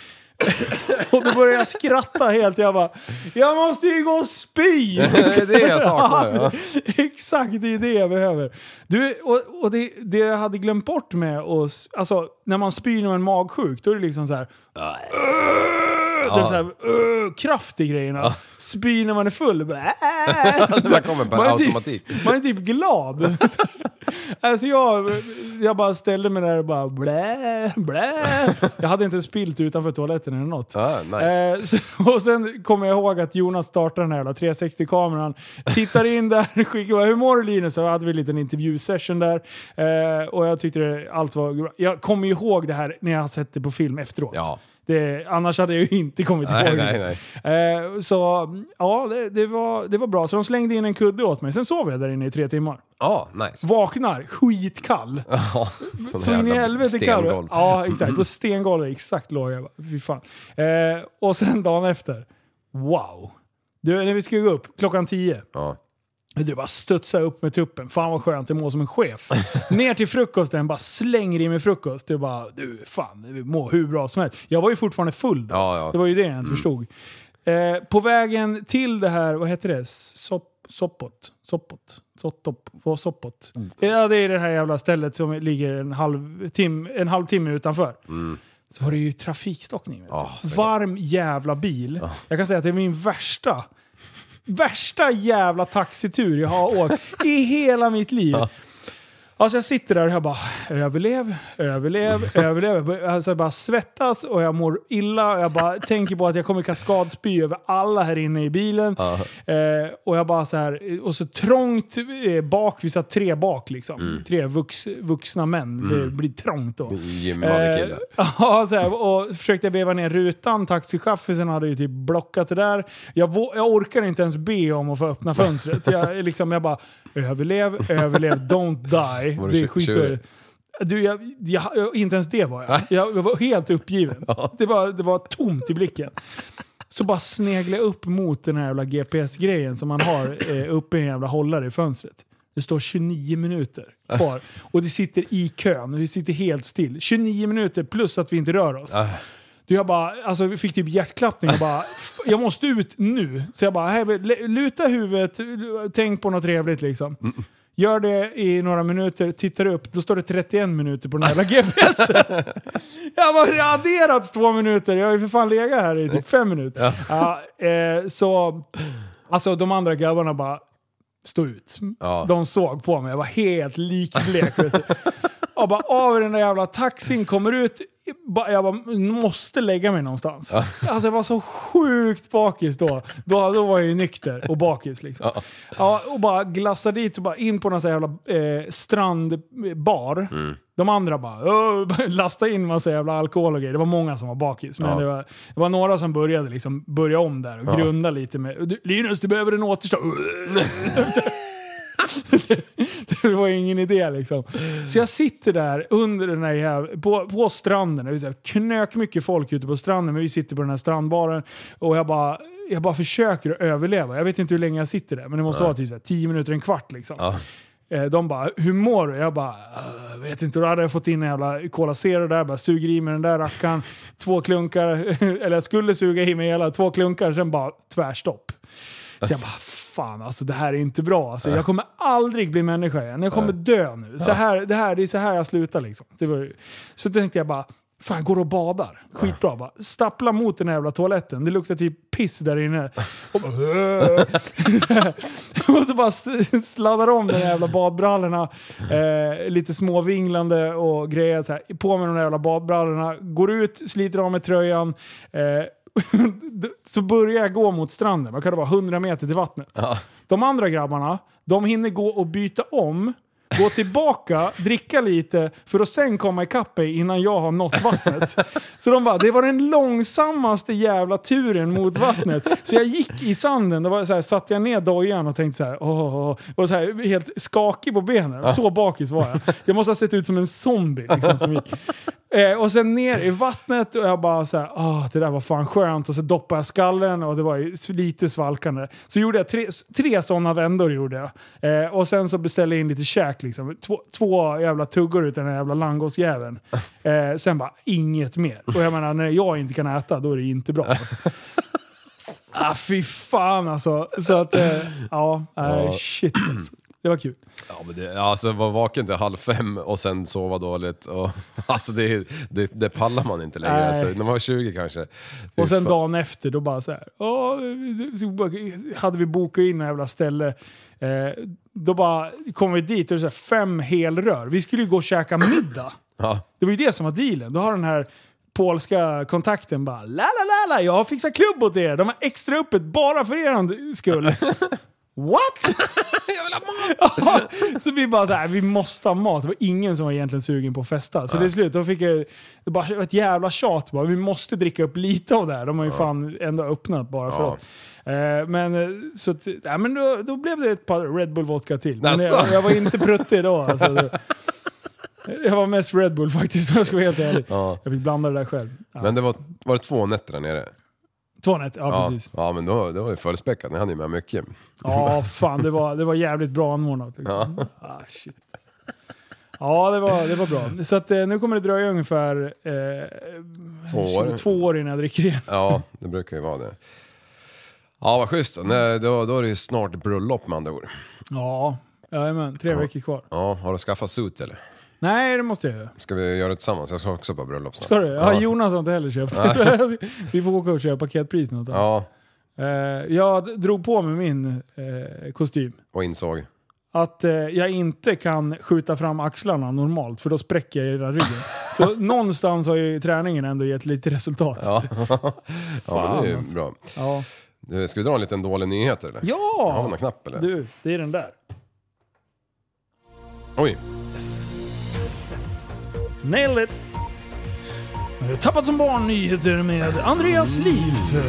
Och då började jag skratta helt. Jag bara, jag måste ju gå och spy. Det är det jag saknar. Ja. Exakt, det är det jag behöver. Du, och och det, det jag hade glömt bort med oss, alltså när man spyr med en magsjuk, då är det liksom så här. Ja. Det är så här, kraft i grejerna. Ja. Spy när man är full. Blä. Det kommer på en automatik. Typ, man är typ glad. Alltså jag, jag bara ställde mig där och bara blä, blä. Jag hade inte spilt utanför toaletten eller något. Ah, nice. eh, så, och sen kommer jag ihåg att Jonas startar den här jävla tre sextio-kameran. Tittar in där, skickar hur mår du Linus? Så hade vi en liten intervjusession där. Eh, och jag tyckte det, allt var... Jag kommer ihåg det här när jag har sett det på film efteråt. Ja. Det, annars hade jag ju inte kommit ihåg nej, det. nej, nej. Eh, så ja, det, det, var, det var bra. Så de slängde in en kudde åt mig. Sen sov jag där inne i tre timmar. Ja, oh, nice. Vaknar, skitkall. Ja, så in i helvete kall. Ja, exakt. Mm. På stengolvet, exakt låg jag. Fy fan. Eh, och sen dagen efter. Wow. Du, när vi skulle gå upp, klockan tio. Ja. Du bara studsar upp med tuppen. Fan vad skönt, jag mår som en chef. Ner till frukosten, bara slänger i mig frukost. Du bara, du fan, du mår hur bra som helst. Jag var ju fortfarande full då. Ja, ja. Det var ju det jag inte mm. förstod. Eh, på vägen till det här, vad heter det? Sop, soppot? Soppot? Sottop? Vad soppot? Mm. Ja, det är det här jävla stället som ligger en halv, tim, en halv timme utanför. Mm. Så var det ju trafikstockning. Vet oh, Varm jävla bil. Oh. Jag kan säga att det är min värsta Värsta jävla taxitur jag har åkt i hela mitt liv. Ja. Alltså jag sitter där och jag bara överlev, överlev, överlev. Alltså jag bara svettas och jag mår illa. Jag bara tänker på att jag kommer kaskadspy över alla här inne i bilen. Uh. Eh, och jag bara så här, och så trångt eh, bak, vi satt tre bak liksom. Mm. Tre vux, vuxna män. Mm. Det blir trångt då. Eh, ja, så här, och försökte veva ner rutan. Taxichaffisen hade ju typ blockat det där. Jag, jag orkar inte ens be om att få öppna fönstret. Jag, liksom, jag bara överlev, överlev, don't die. Var det är skit. Du, jag, jag, inte ens det var jag. Jag, jag var helt uppgiven. Ja. Det, var, det var tomt i blicken. Så bara snegla upp mot den här jävla G P S-grejen som man har eh, uppe i en jävla hållare i fönstret. Det står tjugonio minuter kvar. Och det sitter i kön. Vi sitter helt still. tjugonio minuter plus att vi inte rör oss. Äh. Du, jag bara, alltså vi fick typ hjärtklappning och bara, jag måste ut nu. Så jag bara, här, luta huvudet, tänk på något trevligt liksom. Mm. Gör det i några minuter, tittar upp, då står det trettioen minuter på den här G P S. Jag bara, det har adderats två minuter, jag har ju för fan legat här i typ fem minuter. Ja. Ja, eh, så, alltså de andra grabbarna bara, stå ut. Ja. De såg på mig, jag var helt likblek. Jag bara, av den där jävla taxin kommer ut, jag bara, måste lägga mig någonstans. Ja. Alltså jag var så sjukt bakis då. Då, då var jag ju nykter och bakis liksom. Ja. Ja, och bara glassar dit och bara in på någon sån jävla eh, strandbar. Mm. De andra bara lasta in massa jävla alkohol och grejer. Det var många som var bakis. Men ja. det, var, det var några som började liksom börja om där och ja. grunda lite med, Linus, du behöver en återstå. Det var ingen idé liksom. Så jag sitter där under den här jävla, på, på stranden. Det vill säga, knök mycket folk ute på stranden, men vi sitter på den här strandbaren och jag bara, jag bara försöker att överleva. Jag vet inte hur länge jag sitter där, men det måste ja. vara typ tio minuter, en kvart liksom. Ja. De bara, hur mår du? Jag bara, vet inte. Då hade jag fått in en jävla Cola Zero där. Bara suger i mig den där rackan. Två klunkar. Eller jag skulle suga i mig hela. Två klunkar. Sen bara tvärstopp. Så jag bara, fan alltså det här är inte bra. Alltså, jag kommer aldrig bli människa igen. Jag kommer dö nu. Så här, det, här, det är så här jag slutar liksom. Det var, så tänkte jag bara, fan, går och badar. Skitbra. Bara. Stappla mot den här jävla toaletten. Det luktar typ piss där inne. Och, bara, och så bara sladdar om den här jävla badbrallorna. Eh, lite småvinglande och grejer. Så här. På med de här jävla badbrallorna. Går ut, sliter av med tröjan. Eh, så börjar jag gå mot stranden. Man kan det vara hundra meter till vattnet. Ja. De andra grabbarna, de hinner gå och byta om. Gå tillbaka, dricka lite för att sen komma ikapp mig innan jag har nått vattnet. Så de bara, det var den långsammaste jävla turen mot vattnet. Så jag gick i sanden, då var så här, satte jag ner dojan och tänkte så här, åh, åh, och så här, helt skakig på benen. Så bakis var jag. Jag måste ha sett ut som en zombie liksom, som gick. Eh, och sen ner i vattnet och jag bara så här, åh, det där var fan skönt. Och så doppade jag skallen och det var ju lite svalkande. Så gjorde jag tre, tre sådana vändor gjorde jag. Eh, och sen så beställde jag in lite käk liksom. Två, två jävla tuggor ut den här jävla langosjäveln. Eh, sen bara inget mer. Och jag menar, när jag inte kan äta, då är det inte bra. Alltså. Ah, fy fan alltså. Så att, eh, ja, äh, shit alltså. det var kul. Ja, men det, alltså var vaken till halv fem och sen sova dåligt. Och, alltså det, det, det pallar man inte längre. Alltså, när man var tjugo kanske. Och sen dagen efter, då bara så här. Åh, så hade vi bokat in en jävla ställe. Eh, då bara kom vi dit och så här, fem helrör. Vi skulle ju gå och käka middag. Ja. Det var ju det som var dealen. Då har den här polska kontakten bara la la la la, jag har fixat klubb åt er. De har extra öppet bara för er skull. What? Jag vill ha mat! Ja, så vi bara så här, vi måste ha mat. Det var ingen som var egentligen sugen på att festa. Så det slut, då fick jag det bara ett jävla tjat bara. Vi måste dricka upp lite av det här. De har ju fan ändå öppnat bara för Ja. oss. Eh, men så att, ja, men då, då blev det ett par Red Bull vodka till. Men Alltså. jag, jag var inte pruttig då. Alltså, det, jag var mest Red Bull faktiskt, om jag ska vara helt ärlig. Ja. Jag fick blanda det där själv. Ja. Men det var, var det två nätter där nere? Två nätter, ja, Ja, precis. ja men då, det var ju fullspäckat. Ni hade ju med mycket. Ja, fan, det var, det var jävligt bra anordnat. Liksom. Ja. Ah, shit. Ja, det var, det var bra. Så att, eh, nu kommer det dröja ungefär eh, Två år. två år innan jag dricker igen. Ja, det brukar ju vara det. Ja, vad schysst då. Nej, då, då är det ju snart bröllop med andra ord. Ja, jajamän, tre Ja. veckor kvar. Ja, har du skaffat suit eller? Nej, det måste jag göra. Ska vi göra det tillsammans? Jag ska också på bröllop snart. Ska du? Ja, Ja. Jonas har inte heller köpt. Vi får åka och köpa paketpris någonstans. Ja, Eh, jag drog på mig min eh, kostym. och insåg. Att eh, jag inte kan skjuta fram axlarna normalt, för då spräcker jag hela ryggen. Så någonstans har ju träningen ändå gett lite resultat. Ja, ja men det är ju alltså. bra. Ja. Du, ska vi dra en liten dålig nyhet eller? Ja! Har du någon knapp eller? Du, det är den där. Oj, Nailed it! Jag har tappat som barn nyheter med Andreas liv.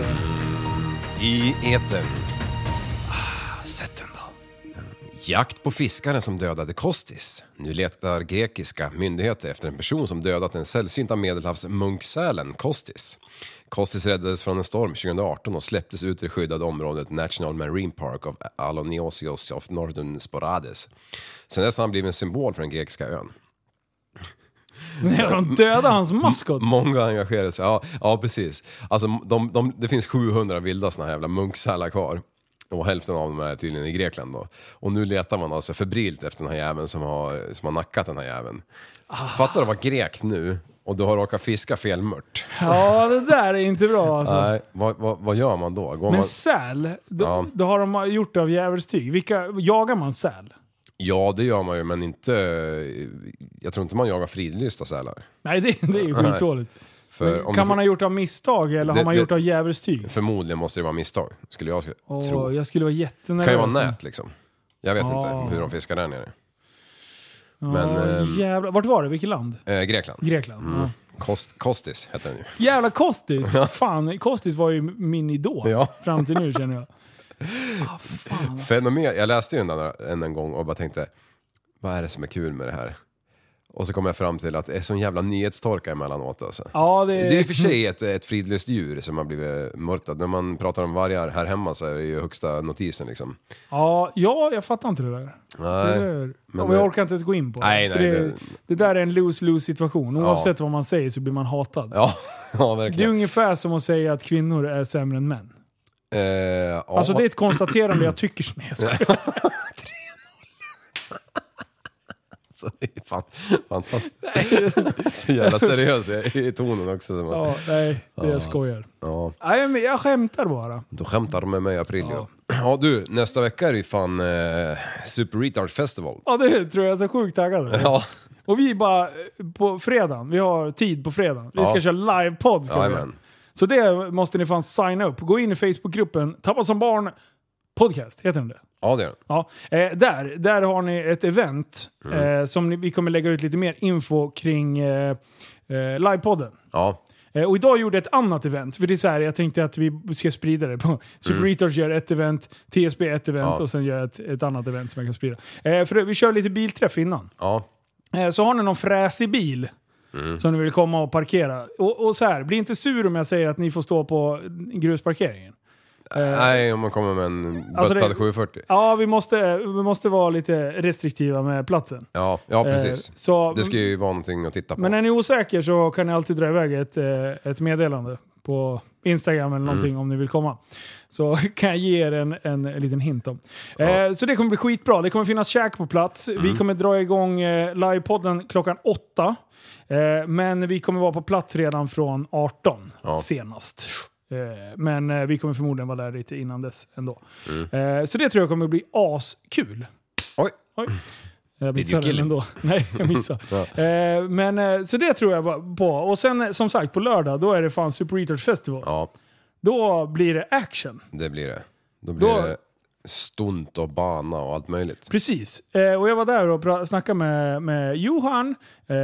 i etern. Sätt den då. Jakt på fiskaren som dödade Kostis. Nu letar grekiska myndigheter efter en person som dödat den sällsynta medelhavsmunksälen Kostis. Kostis räddades från en storm tjugo arton och släpptes ut i det skyddade området National Marine Park of Aloniosios of Northern Sporades. Sen dess har han blivit en symbol för den grekiska ön. Nej, de dödade hans maskot. Många engagerar sig, ja, ja precis. Alltså, de, de, det finns sjuhundra vilda såna här jävla munksälar kvar. Och hälften av dem är tydligen i Grekland då. Och nu letar man alltså febrilt efter den här jäveln som har, som har nackat den här jäveln. Ah. Fattar du vad grek nu? Och du har råkat fiska fel mört. Ja, det där är inte bra alltså. Nej, vad, vad, vad gör man då? Går Men man... säl, då, Ja. då har de gjort det av djävulstyg. Vilka, jagar man säl? Ja, det gör man ju, men inte... Jag tror inte man jagar fridlysta sälar. Nej, det, det är ju skitdåligt. För om Kan du... man ha gjort av misstag eller Det- har man det- gjort av djävulstyg? Förmodligen måste det vara misstag, skulle jag Åh, tro. jag skulle vara Det jättenervös. kan ju vara nät liksom. Jag vet Ja. inte hur de fiskar där nere. Ja, Men, ehm, jävlar. Vart var det? Vilket land? Eh, Grekland. Grekland. Mm. Ja. Kost, Kostis heter den ju. Jävla Kostis. Fan, Kostis var ju min idol. Ja. Fram till nu känner jag. Ah, fan, alltså. Fenomen. Jag läste ju den där en, en gång och bara tänkte, vad är det som är kul med det här? Och så kom jag fram till att det är sån jävla nyhetstorka emellanåt alltså. Ja, det... Det är i och för sig ett, ett fridlyst djur som har blivit mörtat. När man pratar om vargar här hemma så är det ju högsta notisen liksom. Ja, ja, jag fattar inte det där. Nej, det där. men Och jag det- orkar inte ens gå in på det. Nej, För nej, det, det- det där är en lose-lose situation. Oavsett vad man säger så blir man hatad. Ja, ja Det är verkligen. ungefär som att säga att kvinnor är sämre än män. Eh, ja. Alltså det är ett konstaterande jag tycker som jag skojar. Så det är fan, fantastiskt. Så jävla seriös i, i tonen också. Som Ja, nej, det jag skojar. ja. Nej, men jag skämtar bara. Du skämtar med mig i april ja. Ja du, nästa vecka är det ju fan eh, Super Retard Festival. Ja, det tror jag är så sjukt taggad. Ja, Och vi bara, på fredagen, vi har tid på fredagen. Vi ska Ja. köra livepodd. ska vi göra. jajamän. Så det måste ni fan signa upp. Gå in i Facebookgruppen Tappat som barn podcast, heter den det? Ja det är det. Ja, eh, där, där har ni ett event eh, som ni, vi kommer lägga ut lite mer info kring eh, eh, livepodden. Ja, Eh, och idag gjorde jag ett annat event. För det är så här, jag tänkte att vi ska sprida det. På Super Retards gör ett event, T S B ett event Ja. och sen gör jag ett, ett annat event som jag kan sprida. Eh, för det, vi kör lite bilträff innan. ja. Eh, så har ni någon fräsig bil som ni vill komma och parkera. Och, och så här, bli inte sur om jag säger att ni får stå på grusparkeringen. Nej, om man kommer med en Alltså böttad det- sjuhundrafyrtio. Ja, vi måste, vi måste vara lite restriktiva med platsen. Ja, ja precis. Eh, så, Det ska ju vara någonting att titta på. Men är ni osäker så kan ni alltid dra iväg ett, eh, ett meddelande på Instagram eller någonting mm. om ni vill komma. Så kan jag ge er en, en, en liten hint om. Ja. Eh, så det kommer bli skitbra. Det kommer finnas käk på plats. Mm. Vi kommer dra igång eh, livepodden klockan åtta. Eh, men vi kommer vara på plats redan från arton ja. senast. Eh, men eh, vi kommer förmodligen vara där lite innan dess ändå. Mm. Eh, så det tror jag kommer bli askul. Oj. Oj. Jag missade den ändå. Nej, jag missade. ja. eh, men, eh, så det tror jag på. Och sen som sagt på lördag, då är det fan Super Retards Festival. Ja. Då blir det action. Det blir det. Då blir då... det stunt och bana och allt möjligt. Precis. Eh, och jag var där och pra- snackade med, med Johan. Eh,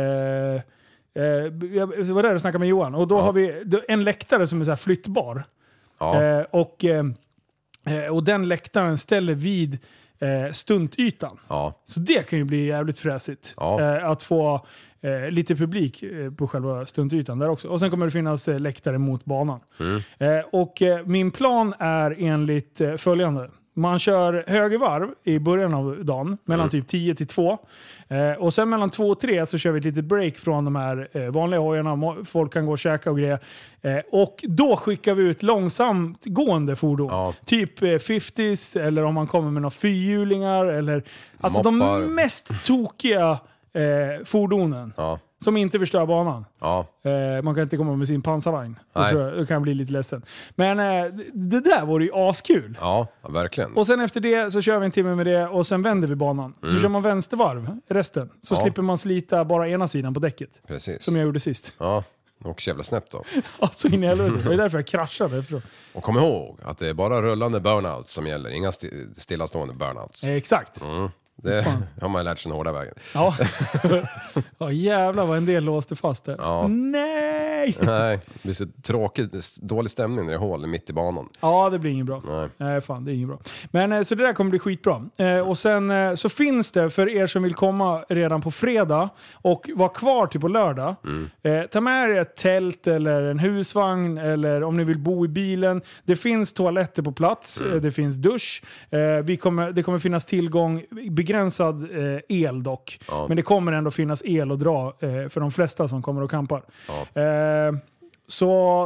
eh, jag var där och snackade med Johan. Och då ja. har vi en läktare som är så här flyttbar. Ja. Eh, och, eh, och den läktaren ställer vid Eh, stuntytan. Ja. Så det kan ju bli jävligt fräsigt. Ja. Eh, att få eh, lite publik eh, på själva stuntytan där också. Och sen kommer det finnas eh, läktare mot banan. Mm. Eh, och eh, min plan är enligt eh, följande. Man kör högervarv i början av dagen, mellan mm. typ tio till två. Eh, och sen mellan två och tre så kör vi ett litet break från de här eh, vanliga hojarna. Folk kan gå och käka och grejer. Eh, och då skickar vi ut långsamt gående fordon. Ja. Typ eh, femtios eller om man kommer med några fyrhjulingar. Eller, alltså Moppar. de mest tokiga eh, fordonen. Ja. Som inte förstör banan. Ja. Eh, man kan inte komma med sin pansarvagn. Då, tror jag, då kan jag bli lite ledsen. Men eh, det där vore ju askul. Ja, verkligen. Och sen efter det så kör vi en timme med det och sen vänder vi banan. Mm. Så kör man vänstervarv resten. Så ja. slipper man slita bara ena sidan på däcket. Precis. Som jag gjorde sist. Ja, och jävla snett då. Ja, så in i helvete. Det var därför jag kraschade efteråt. Och kom ihåg att det är bara rullande burnout som gäller. Inga st- stillastående burnouts. Eh, exakt. Mm. Det Fan. har man lärt sig den hårda vägen. Ja. Ja, jävlar vad en del låste fast det. Ja. Nej! Nej, det blir så tråkigt, dålig stämning när det är hål mitt i banan. Ja, det blir inget bra. Nej. Nej, fan, det är inget bra. Men så det där kommer bli skitbra. Eh, och sen eh, så finns det för er som vill komma redan på fredag och vara kvar till på lördag. Mm. Eh, ta med er ett tält eller en husvagn eller om ni vill bo i bilen. Det finns toaletter på plats. Mm. Eh, det finns dusch. Eh, vi kommer, det kommer finnas tillgång begränsad eh, el dock. Ja. Men det kommer ändå finnas el att dra eh, för de flesta som kommer och campar. Ja. Eh, så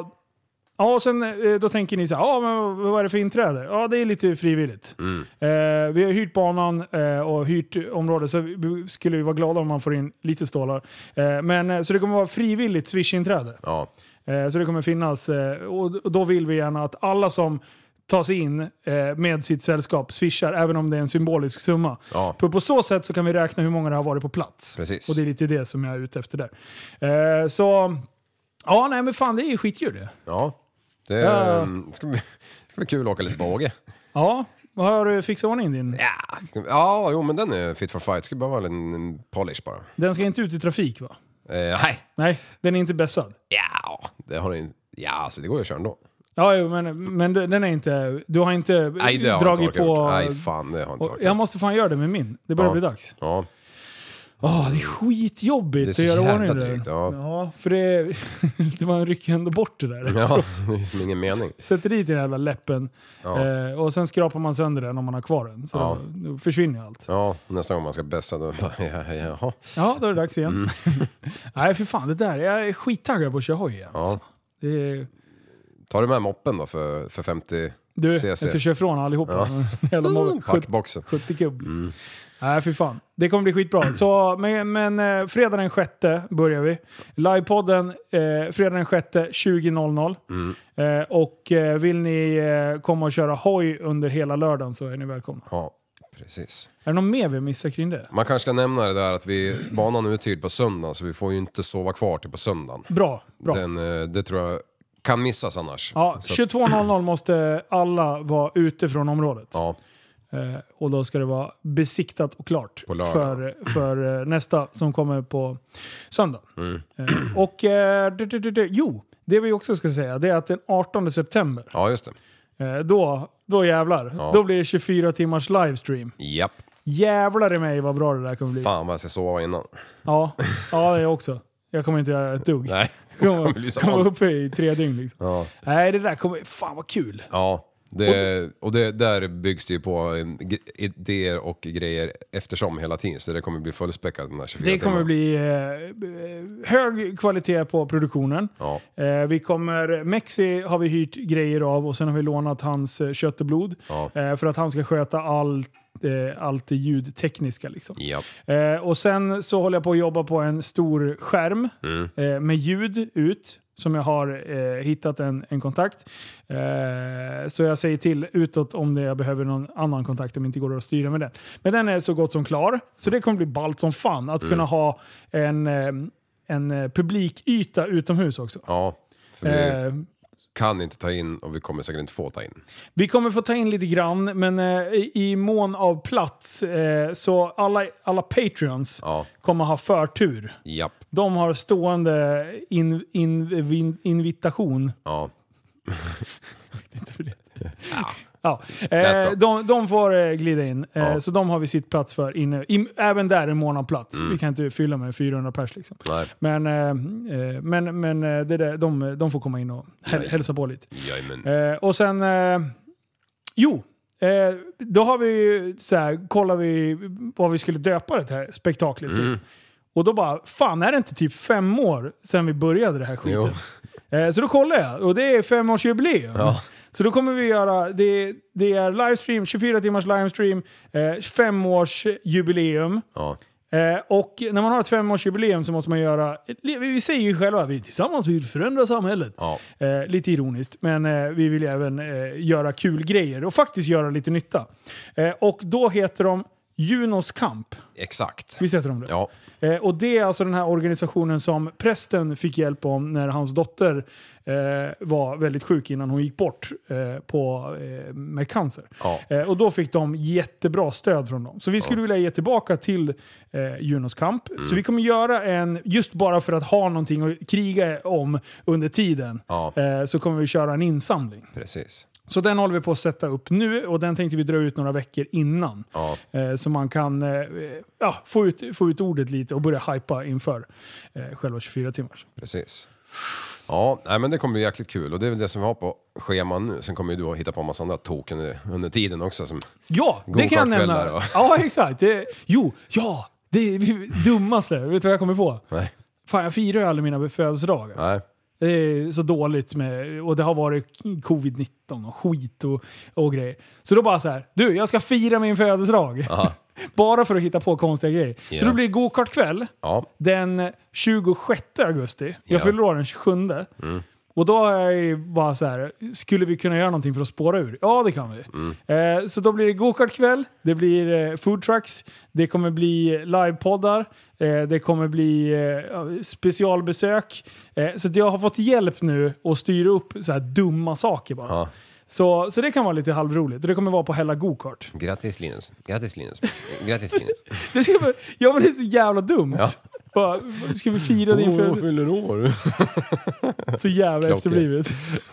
ja, och sen eh, då tänker ni så här, ja, men vad är det för inträde? Ja, det är lite frivilligt. Mm. Eh, vi har hyrt banan eh, och hyrt området så vi skulle vi vara glada om man får in lite stålar. Eh, men så det kommer vara frivilligt Swish-inträde. Ja. Eh, så det kommer finnas eh, och, och då vill vi gärna att alla som ta sig in eh, med sitt sällskap swishar, även om det är en symbolisk summa. Ja. På, på så sätt så kan vi räkna hur många det har varit på plats. Precis. Och det är lite det som jag är ute efter där. Eh, så, ja nej men fan det är ju skitdjur det. Ja, det ja. ska, bli, ska bli kul att åka lite båge. Ja, vad har du fixat ordning din? Ja, ja jo men den är fit for fight. Ska bara vara en, en polish bara. Den ska inte ut i trafik va? Eh, nej. Nej, den är inte bässad. Ja, det har den, ja alltså det går ju att köra ändå. Ja, jo, men, men den är inte... Du har inte Nej, det har dragit inte på... Nej, fan, det har inte orkat. Jag måste fan göra det med min. Det börjar ja. bli dags. Ja. Åh, det är skitjobbigt att göra ordning det. Drygt, ja. ja, för det, det man rycker ändå bort det där. Ja, det är som ingen mening. Sätter dit den jävla läppen ja. eh, och sen skrapar man sönder den om man har kvar den. Så ja. då, då försvinner allt. Ja, nästa gång man ska bässa då bara, ja, ja, ja, då är det dags igen. Mm. Nej, för fan, det där. Jag är skittaggad på att köra hoj igen. Ja. Alltså. Det är... Tar du med moppen då för, för femtio du, cc? Jag ska köra ifrån allihopa. Ja. Mm, packboxen. sjuttio kubb. Liksom. Mm. Nej, för fan. Det kommer bli skitbra. Så, men men eh, fredag den sjätte börjar vi. Livepodden eh, fredag den sjätte tjugo noll noll. Mm. Eh, och eh, vill ni eh, komma och köra hoj under hela lördagen så är ni välkomna. Ja, precis. Är det någon mer vi missar kring det? Man kanske ska nämna det där att vi, banan är uthyrd på söndag så vi får ju inte sova kvar till på söndagen. Bra, bra. Den, eh, det tror jag kan missas annars. Ja, tjugotvå noll noll måste alla vara ute från området. Ja. Eh, och då ska det vara besiktat och klart för, för eh, nästa som kommer på söndag. Mm. Eh, och eh, det, det, det, det, jo, det vi också ska säga det är att den artonde september, ja, just det. Eh, då, då jävlar, ja. Då blir det tjugofyra timmars livestream. Japp. Jävlar i mig vad bra det där kommer bli. Fan vad jag ska sova innan. Ja, ja det är också. Jag kommer inte göra ett dugg. Nej. Jag kommer, kommer uppe i tre dygn liksom. Ja. Nej, det där kommer, fan vad kul. Ja. Det, och det, där byggs det ju på idéer och grejer eftersom hela tiden. Så det kommer bli fullspäckat de här tjugofyra Det kommer timmar. bli eh, hög kvalitet på produktionen. Ja. Eh, vi kommer, Mexi har vi hyrt grejer av och sen har vi lånat hans eh, kött och blod. Ja. Eh, för att han ska sköta allt eh, allt det ljudtekniska. Liksom. Ja. Eh, och sen så håller jag på att jobba på en stor skärm Mm. eh, med ljud ut. Som jag har eh, hittat en, en kontakt. Eh, så jag säger till utåt om det jag behöver någon annan kontakt om det inte går att styra med den. Men den är så gott som klar. Så det kommer bli ballt som fan att Mm. kunna ha en, eh, en publikyta utomhus också. Ja, för vi Eh, kan inte ta in och vi kommer säkert inte få ta in. vi kommer få ta in lite grann, men eh, i, i mån av plats eh, så alla, alla Patreons Ja. kommer ha förtur. Japp. De har stående in, in, in, invitation. Ja. Inte för det. Ja. Ja. Lät bra. Eh, de, de får eh, glida in. Eh, Ja. Så de har vi sitt plats för inne. I, även där en månad plats. Mm. Vi kan inte fylla med fyrahundra pers liksom. Nej. Men, eh, eh, men, men eh, det där, de, de får komma in och häl, Nej. hälsa på lite. Jajamän. Eh, och sen... Eh, jo. Eh, då har vi ju så här, kollar vi vad vi skulle döpa det här spektaklet till. Mm. Och då bara, fan är det inte typ fem år sedan vi började det här skiten? Jo. Eh, så då kollar jag och det är femårsjubileum. Ja. Så då kommer vi göra, det, det är livestream, tjugofyra timmars livestream, eh, femårsjubileum. Ja. Eh, och när man har ett femårsjubileum så måste man göra, vi säger ju själva, vi tillsammans vill förändra samhället. Ja. Eh, lite ironiskt, men eh, vi vill även eh, göra kul grejer och faktiskt göra lite nytta. Eh, och då heter de Junos kamp. Exakt. Visst heter de det? Ja. Eh, och det är alltså den här organisationen som prästen fick hjälp om när hans dotter eh, var väldigt sjuk innan hon gick bort eh, på, eh, med cancer. Ja. Eh, och då fick de jättebra stöd från dem. Så vi skulle Ja. vilja ge tillbaka till eh, Junos kamp. Mm. Så vi kommer göra en, just bara för att ha någonting att kriga om under tiden, Ja. eh, så kommer vi köra en insamling. Precis. Så den håller vi på att sätta upp nu och den tänkte vi dra ut några veckor innan. Ja. Eh, så man kan eh, ja, få, ut, få ut ordet lite och börja hypa inför eh, själva tjugofyra timmars. Precis. Ja, nej, men det kommer bli jäkligt kul och det är väl det som vi har på scheman nu. Sen kommer ju du att hitta på en massa andra tok under, under tiden också. Som Ja, det kan jag nämna. Go-kart-kvällar och- Ja, exakt. Det, jo, ja, det är det dummaste. Vet du vad jag kommer på? Nej. Fan, jag firar ju aldrig mina födelsedagar. Nej. Det är så dåligt med, och det har varit covid nitton och skit och, och grejer. Så då bara så här, du, jag ska fira min födelsedag. Aha. Bara för att hitta på konstiga grejer. Ja. Så då blir det go-kart-kväll Ja. den tjugosjätte augusti. Jag Ja. fyller år den tjugosjunde. Mm. Och då är jag bara så här, skulle vi kunna göra någonting för att spåra ur? Ja, det kan vi. Mm. Eh, så då blir det go-kart-kväll, det blir eh, food trucks, det kommer bli livepoddar, eh, det kommer bli eh, specialbesök. Eh, så att jag har fått hjälp nu att styra upp så här dumma saker bara. Ja. Så, så det kan vara lite halvroligt. Och det kommer vara på Hella Go-kart. Grattis Linus. Grattis Linus. Grattis Linus. Det ska vara, ja, men det är så jävla dumt. Ja. Bara, ska vi fira din födelsedag? fyller år. Så jävla Klockan. efterblivet.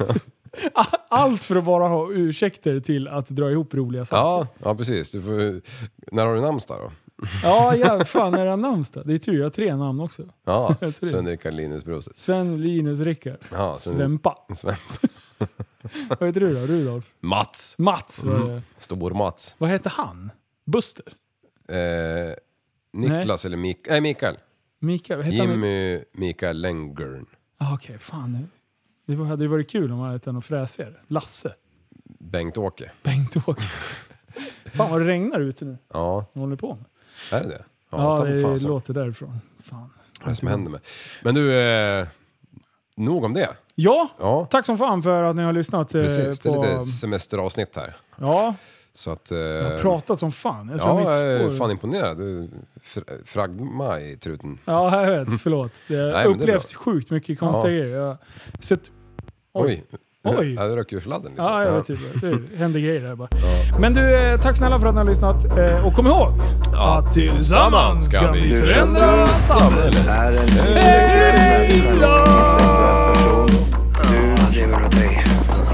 Allt för att bara ha ursäkter till att dra ihop roliga saker. Ja, ja, precis. Du får, när har du namnsdag då? Ja, ja, fan är det namnsdag? Det är tur, jag har tre namn också. Ja, Så det- Sven Rickard Linus Brostedt. Sven, Linus, Rickard. Ja, Sven- Svempa. Sven. Vad heter du då? Rudolf? Mats. Mats. Mm. Stor Mats. Vad heter han? Buster? Eh, Niklas eller Mik- nej, Mikael. Mikael? Vad heter han? Jimmy Mikael Lenggren. Ah, Okej, fan. Det var- hade ju varit kul om man hade någon fräsigare. Lasse. Bengt-Åke. Bengt-Åke. Fan vad det regnar ute nu. Ja, Vad håller ni på med? är det det? Ja, ta det fan så. låter därifrån. Fan. Vad är det som händer med? Men du, eh, nog om det. Ja, Ja, tack som fan för att ni har lyssnat eh, precis. Det på... är lite semesteravsnitt här. Ja, Så att... Eh, jag har pratat som fan. Jag tror ja, mitt jag är spår- fan imponerad. Du fr- fragma i truten. Ja, jag vet. Förlåt. Jag har Nej, men det är upplevt sjukt mycket konstiga Ja. grejer. Jag har sett... Oj. Oj. Ja, du röker ur sladden lite. Ja, jag vet inte. Det händer grejer där bara. Men du, eh, tack snälla för att ni har lyssnat. Eh, Och kom ihåg att tillsammans ska vi Du förändra samhället. är en intellektuell person. Du lever åt dig.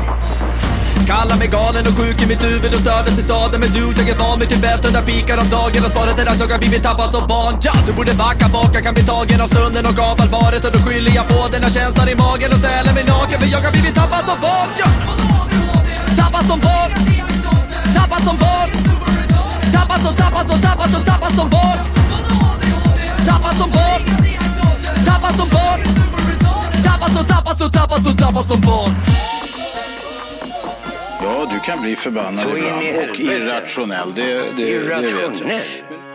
Kallar mig galen och sjuk i mitt huvud och stördes i staden. Men du, jag är van vid Tibet under fikar om dagen. Och svaret är att jag har blivit tappad som barn. Ja, du borde backa bak, jag kan bli tagen av stunden och av allvaret. Och då skyller jag på den här känslan i magen och ställer mig naken. För jag har blivit tappad som barn. Ja. Tappad som barn. Tappad som barn. Tappad som, tappad som, tappad som, tappad som barn. Tappad som barn. Tappad som barn. Tappad som, tappad som, tappad som, tappad som barn. Ja, du kan bli förbannad ibland och irrationell, det, det, det vet jag.